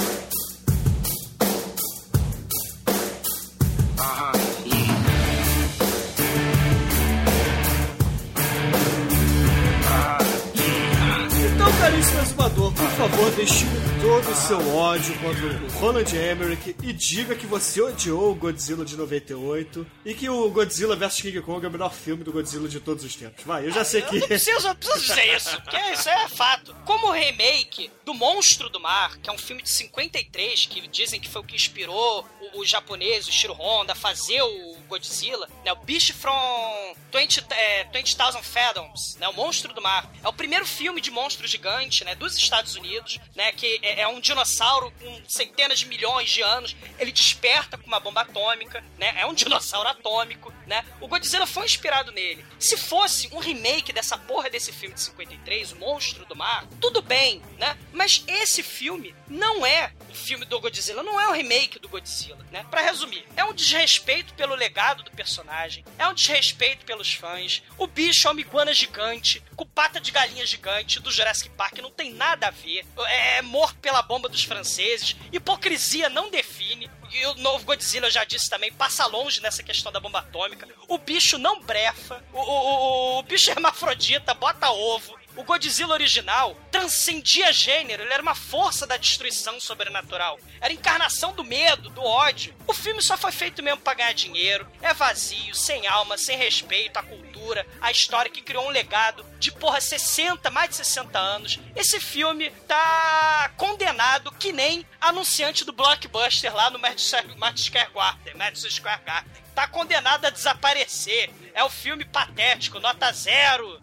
S1: Caríssimo exumador, por favor, destile todo o seu ódio contra o Roland Emmerich e diga que você odiou o Godzilla de 98 e que o Godzilla vs King Kong é o melhor filme do Godzilla de todos os tempos. Vai, eu já sei que...
S2: Eu não preciso dizer isso, porque isso é fato. Como o remake do Monstro do Mar, que é um filme de 53, que dizem que foi o que inspirou o japonês, o Shiro Honda, a fazer o Godzilla, né? O Beast from 20,000 Fathoms, né? O Monstro do Mar. É o primeiro filme de monstro gigante, né? Dos Estados Unidos, né? Que é um dinossauro com centenas de milhões de anos. Ele desperta com uma bomba atômica, né? É um dinossauro atômico, né? O Godzilla foi inspirado nele. Se fosse um remake dessa porra desse filme de 53, O Monstro do Mar, tudo bem, né? Mas esse filme não é o filme do Godzilla, não é o remake do Godzilla, né? Pra resumir, é um desrespeito pelo legado do personagem, é um desrespeito pelos fãs. O bicho é uma iguana gigante, com pata de galinha gigante do Jurassic Park, não tem nada a ver. É morto pela bomba dos franceses, hipocrisia não define. E o novo Godzilla, eu já disse também, passa longe nessa questão da bomba atômica. O bicho não brefa, o bicho é hermafrodita, bota ovo. O Godzilla original transcendia gênero, ele era uma força da destruição sobrenatural. Era a encarnação do medo, do ódio. O filme só foi feito mesmo pra ganhar dinheiro, é vazio, sem alma, sem respeito à cultura, à história que criou um legado de mais de 60 anos. Esse filme tá condenado que nem anunciante do Blockbuster lá no Madison Square Garden. Tá condenado a desaparecer. É um filme patético, nota 0.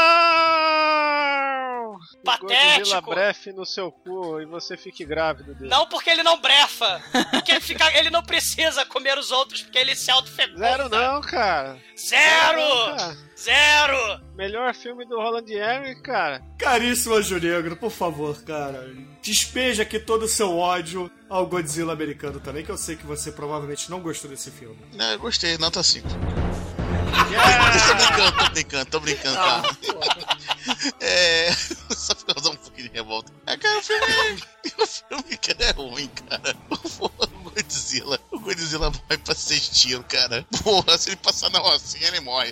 S4: Não!
S2: Patético.
S4: Godzilla brefe no seu cu e você fique grávido dele.
S2: Não, porque ele não brefa. Porque ele não precisa comer os outros, porque ele se autofecunda.
S4: 0 não, cara.
S2: 0!
S4: Melhor filme do Roland Emmerich, cara.
S1: Caríssimo Anjo Negro, por favor, cara, despeja aqui todo o seu ódio ao Godzilla americano também, que eu sei que você provavelmente não gostou desse filme.
S3: Não, eu gostei, nota 5. Tô brincando, cara. Só pra causar um pouquinho de revolta. Cara, o filme cara, é ruim, cara. O Godzilla morre pra 6 tiros, cara. Porra, se ele passar na rocinha, ele morre.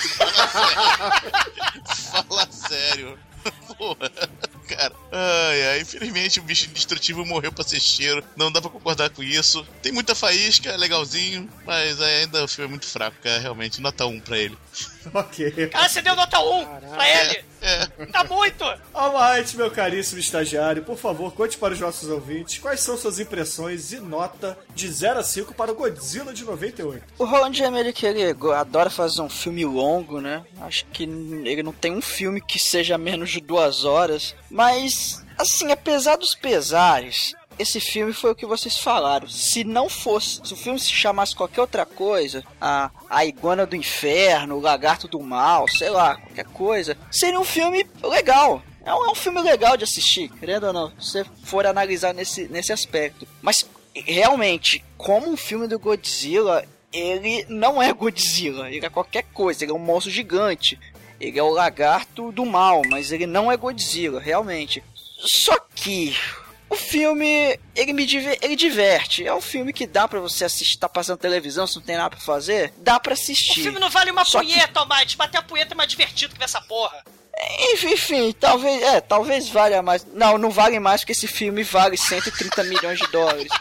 S3: Fala sério. Porra, cara. Infelizmente o bicho indestrutível morreu pra ser cheiro. Não dá pra concordar com isso. Tem muita faísca, legalzinho, mas ainda o filme é muito fraco, cara. Realmente, nota 1 pra ele.
S1: Ok.
S2: Cara, você deu nota 1 pra ele. Tá muito!
S1: Alright, meu caríssimo estagiário, por favor, conte para os nossos ouvintes quais são suas impressões e nota de 0 a 5 para o Godzilla de 98.
S5: O Roland Emmerich, ele adora fazer um filme longo, né? Acho que ele não tem um filme que seja menos de 2 horas. Mas, assim, apesar dos pesares, esse filme foi o que vocês falaram. Se não fosse, se o filme se chamasse qualquer outra coisa, a Iguana do Inferno, o Lagarto do Mal, sei lá, qualquer coisa, seria um filme legal. É um filme legal de assistir, querendo ou não, se você for analisar nesse aspecto. Mas, realmente, como um filme do Godzilla, ele não é Godzilla, ele é qualquer coisa, ele é um monstro gigante. Ele é o Lagarto do Mal, mas ele não é Godzilla, realmente. Só que o filme, ele diverte. É um filme que dá pra você assistir, tá passando televisão, se não tem nada pra fazer, dá pra assistir.
S2: O filme não vale uma punheta, Almighty. Bater a punheta é mais divertido que ver essa porra.
S5: Enfim, talvez valha mais. Não vale mais, porque esse filme vale 130 milhões de dólares.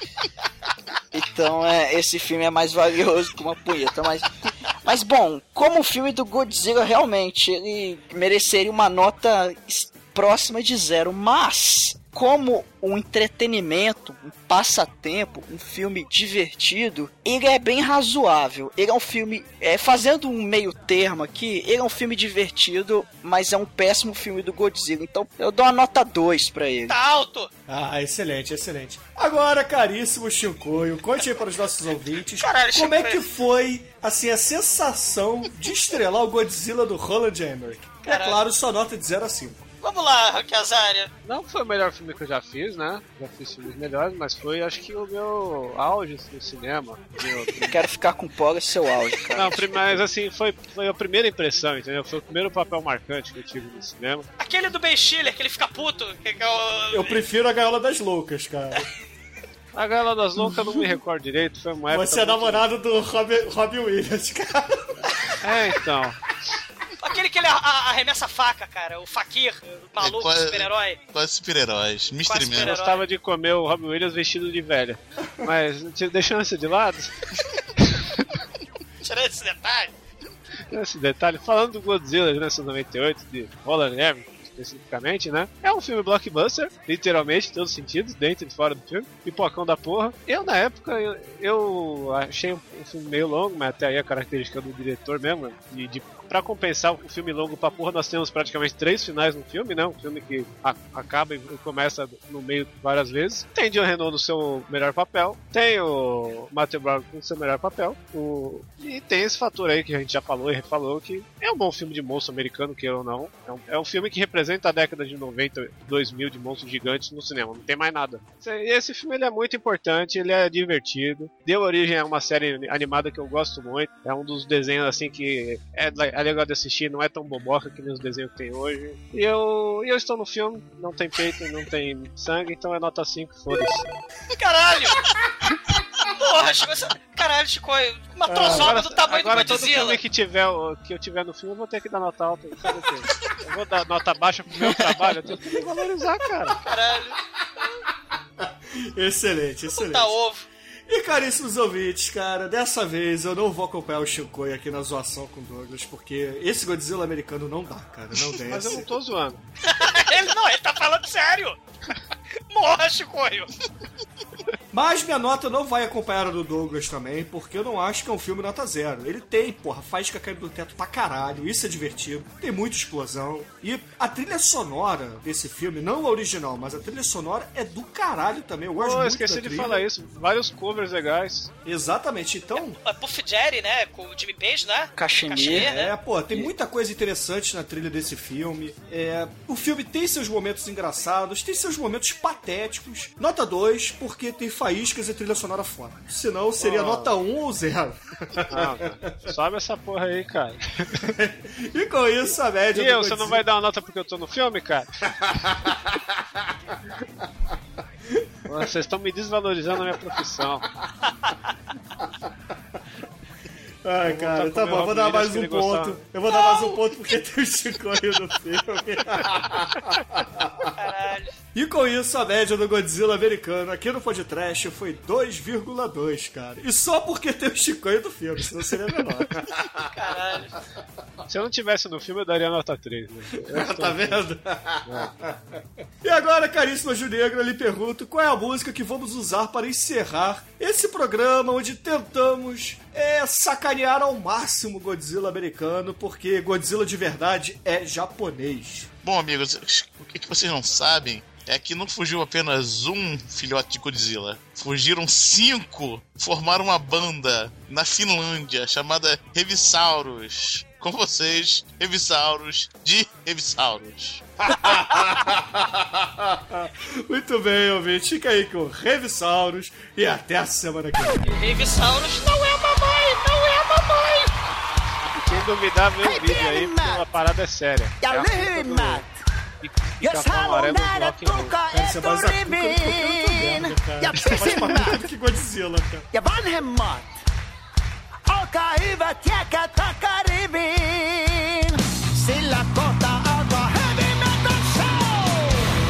S5: Então, esse filme é mais valioso que uma punheta, mas bom, como o filme do Godzilla, realmente, ele mereceria uma nota próxima de 0, mas como um entretenimento, um passatempo, um filme divertido, ele é bem razoável. Ele é um filme, fazendo um meio termo aqui, ele é um filme divertido, mas é um péssimo filme do Godzilla. Então eu dou uma nota 2 pra ele.
S2: Tá alto!
S1: Ah, excelente, excelente. Agora, caríssimo Shinkoio, conte aí para os nossos ouvintes.
S2: Caralho,
S1: como é que foi, assim, a sensação de estrelar o Godzilla do Roland Emmerich? É claro, sua nota de 0 a 5.
S2: Vamos lá, Kiazari.
S4: Não foi o melhor filme que eu já fiz, né? Já fiz filmes melhores, mas foi, acho que, o meu auge no cinema.
S5: Quero ficar com o seu auge, cara.
S4: Não, mas assim, foi a primeira impressão, entendeu? Foi o primeiro papel marcante que eu tive no cinema.
S2: Aquele do Ben Stiller, que ele fica puto. Que é o...
S1: Eu prefiro a Gaiola das Loucas, cara.
S4: A Gaiola das Loucas eu não me recordo direito, foi uma época...
S1: Você é namorado do Robin Williams, cara.
S4: Então...
S2: Aquele que ele arremessa a faca, cara. O Fakir, o maluco, super-herói.
S3: Quase super-heróis. Mystery Man.
S4: Eu gostava de comer o Robin Williams vestido de velha. Mas, deixando isso de lado...
S2: Tirando esse detalhe.
S4: Esse detalhe, falando do Godzilla de 1998, de Roland Emmerich, especificamente, né? É um filme blockbuster, literalmente, em todos os sentidos, dentro e fora do filme. Pipocão da porra. Eu, na época, eu achei um filme meio longo, mas até aí a característica do diretor mesmo, pra compensar o filme longo pra porra, nós temos praticamente 3 finais no filme, né? Um filme que acaba e começa no meio várias vezes. Tem Jean Reno no seu melhor papel, tem o Matthew Broderick no seu melhor papel, e tem esse fator aí que a gente já falou e refalou, que é um bom filme de monstro americano, que ou não. É um filme que representa a década de 90, 2000 de monstros gigantes no cinema, não tem mais nada. E esse filme ele é muito importante, ele é divertido, deu origem a uma série animada que eu gosto muito, é um dos desenhos assim que é legal de assistir, não é tão boboca que nem os desenhos que tem hoje. E eu estou no filme, não tem peito, não tem sangue, então é nota 5, foda-se.
S2: Caralho! Porra, caralho, Chico, uma trozoba do tamanho
S4: agora
S2: do Godzilla.
S4: Agora todo filme que eu tiver no filme, eu vou ter que dar nota alta. Sabe o quê? Eu vou dar nota baixa pro meu trabalho, eu tenho que me valorizar, cara.
S2: Caralho.
S1: Excelente, excelente.
S2: Puta ovo.
S1: E caríssimos ouvintes, cara, dessa vez eu não vou acompanhar o Shinkoio aqui na zoação com o Douglas, porque esse Godzilla americano não dá, cara, não desce.
S4: Mas eu não tô zoando.
S2: ele tá falando sério. Morra, Chicoio.
S1: Mas minha nota não vai acompanhar a do Douglas também, porque eu não acho que é um filme nota 0. Ele tem, porra, faísca caindo do teto pra caralho, isso é divertido, tem muita explosão. E a trilha sonora desse filme, não a original, mas a trilha sonora é do caralho também, eu gosto muito da trilha.
S4: Esqueci de falar isso, vários covers legais.
S1: Exatamente, então...
S2: É Puff Daddy, né, com o Jimmy Page, né?
S5: Cachemir,
S2: né?
S1: Pô, tem muita coisa interessante na trilha desse filme. O filme tem seus momentos engraçados, tem seus momentos patéticos. Nota 2, porque tem faíscas e trilha sonora foda. Senão seria nota 1 ou 0.
S4: Não, sobe essa porra aí, cara.
S1: E com isso a média...
S4: E você não vai dar uma nota porque eu tô no filme, cara? Vocês estão me desvalorizando a minha profissão.
S1: Ai, cara, tá bom, vou dar mais um ponto. Eu vou dar mais um ponto porque tem o Chicoio no filme.
S2: Caralho.
S1: E com isso, a média do Godzilla americano aqui no podcast foi 2,2, cara. E só porque tem o Chicoio do filme, senão seria menor.
S2: Caralho.
S4: Se eu não tivesse no filme, eu daria nota 3, né?
S1: Tá vendo? E agora, caríssima Junegra, eu lhe pergunto qual é a música que vamos usar para encerrar esse programa onde tentamos sacanear ao máximo Godzilla americano, porque Godzilla de verdade é japonês.
S3: Bom, amigos, o que vocês não sabem é que não fugiu apenas um filhote de Godzilla. Fugiram 5, formaram uma banda na Finlândia chamada Revisaurus. Com vocês, Revisaurus de Revisaurus.
S1: Muito bem, ouvinte. Fica aí com o Revisaurus e até a semana que vem.
S2: Revisaurus não é mamãe, não é mamãe.
S4: Quem duvidar, vê o vídeo aí, porque uma parada é séria. É a Pica-pau amarelo do Rock and Roll.
S1: Cara, você é mais a Cuca do que qualquer outra merda, cara. Você é mais maluco do que Godzilla, cara.
S7: Ja vanhemmat, olkaa hyvät, jääkää takariviin, sillä kohta alkaa heavy metal show.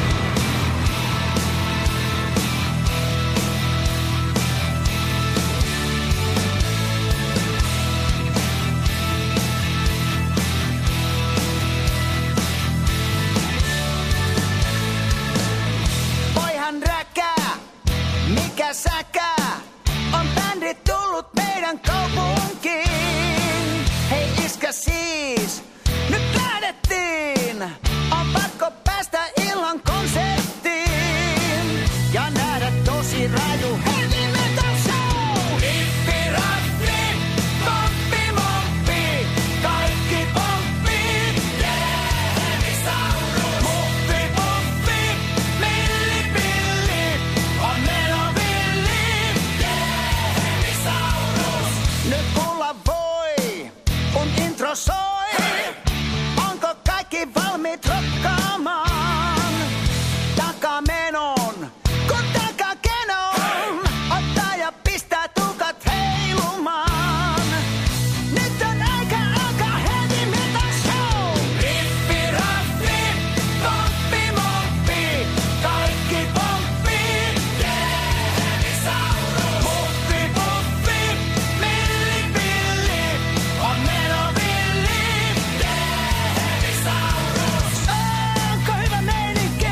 S7: Voihan räkää, mikä säkää, on bändi tullut meidän kaupunkiin. Hei iskä siis, nyt lähdettiin, on pakko päästä illan konserttiin ja nähdä tosi raju heavy metal show. Rippi rappi, pomppi momppi, kaikki pomppii, yeah, Revisaurus. Muffi puffi, milli pilli, on menovilli, yeah, Revisaurus. Nyt kuulla voi, kun intro soi, onko kaikki valmiit rokkaamaan? Takamenon, kun takakenon, ottaa ja pistää tukat heilumaan. Nyt on aika alkaa heavy metal show. Rippi rappi, pomppi momppi, kaikki pomppii, yeah, Revisaurus. Muffi puffi, milli pilli, on menovilli, yeah, Revisaurus. Onko hyvä meininki?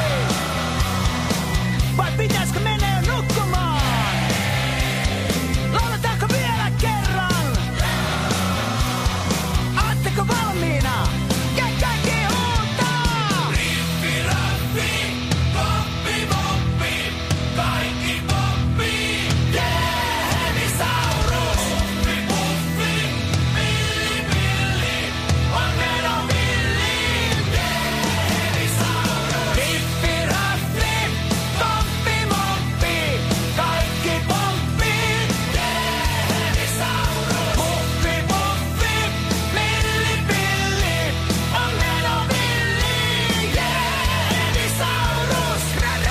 S7: Vai pitäisikö mennä jo nukkumaan? Lauletaanko vielä kerran? Ootteko valmiina? Ja kaikki huutaa! Rippi rappi, pomppi momppi, kaikki pomppii, yeah, Revisaurus. Muffi puffi, milli pilli, on menovilli, yeah, Revisaurus. Rippi rappi, pomppi momppi, kaikki pomppii, yeah, Revisaurus. Muffi puffi, milli pilli, on menovilli, yeah, Revisaurus.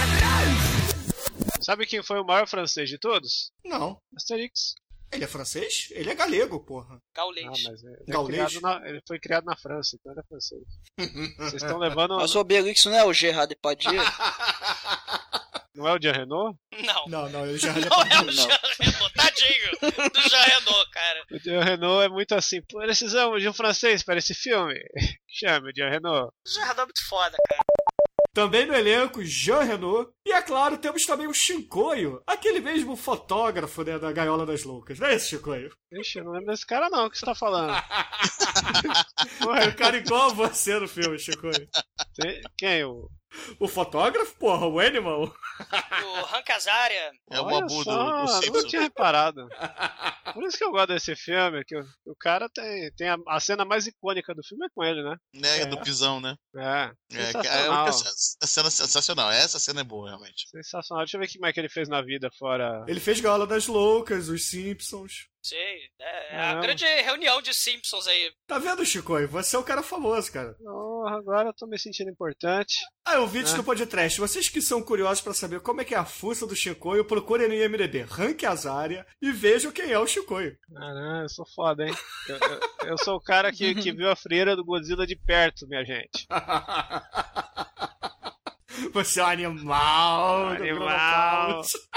S4: Sabe quem foi o maior francês de todos?
S1: Não.
S4: Asterix.
S1: Ele é francês? Ele é galego, porra.
S2: Gaulês.
S4: Mas
S1: Gaulês?
S4: ele foi criado na França, então ele é francês. Vocês estão levando...
S5: Mas o Obelix não é o Gerard Depardieu?
S4: Não é o Jean Reno?
S2: Não.
S1: Não, ele já
S2: Não é o Jean Reno. Tadinho do Jean Reno, cara.
S4: O Jean Reno é muito assim, precisamos de um francês para esse filme. Chame o Jean Reno.
S2: O Jean Reno é muito foda, cara.
S1: Também no elenco, Jean Reno. E é claro, temos também o Shinkoio, aquele mesmo fotógrafo, né, da Gaiola das Loucas. Não é esse Shinkoio?
S4: Ixi, eu não lembro desse cara não, o que você tá falando?
S1: Porra, o cara igual a você no filme, Shinkoio.
S4: Quem?
S1: O fotógrafo, porra, o Animal.
S2: O Hank Azaria.
S3: É o Babu do Simpsons.
S4: Não tinha reparado. Por isso que eu gosto desse filme, que o cara tem a cena mais icônica do filme é com ele, né?
S3: É do pisão, né?
S4: Sensacional.
S3: A cena é sensacional. Essa cena é boa, realmente.
S4: Sensacional. Deixa eu ver como é que ele fez na vida fora...
S1: Ele fez Gaiola das Loucas, os Simpsons.
S2: Sei, é a grande reunião de Simpsons aí.
S1: Tá vendo, Chico? Você é um cara famoso, cara.
S4: Oh, agora eu tô me sentindo importante.
S1: Ouvintes do podcast, vocês que são curiosos pra saber como é que é a fuça do Chicoio, procurem no IMDb Hank Azaria e vejam quem é o Chicoio.
S4: Caramba, eu sou foda, hein? Eu sou o cara que viu a freira do Godzilla de perto, minha gente.
S1: Você é um animal.
S4: Animal.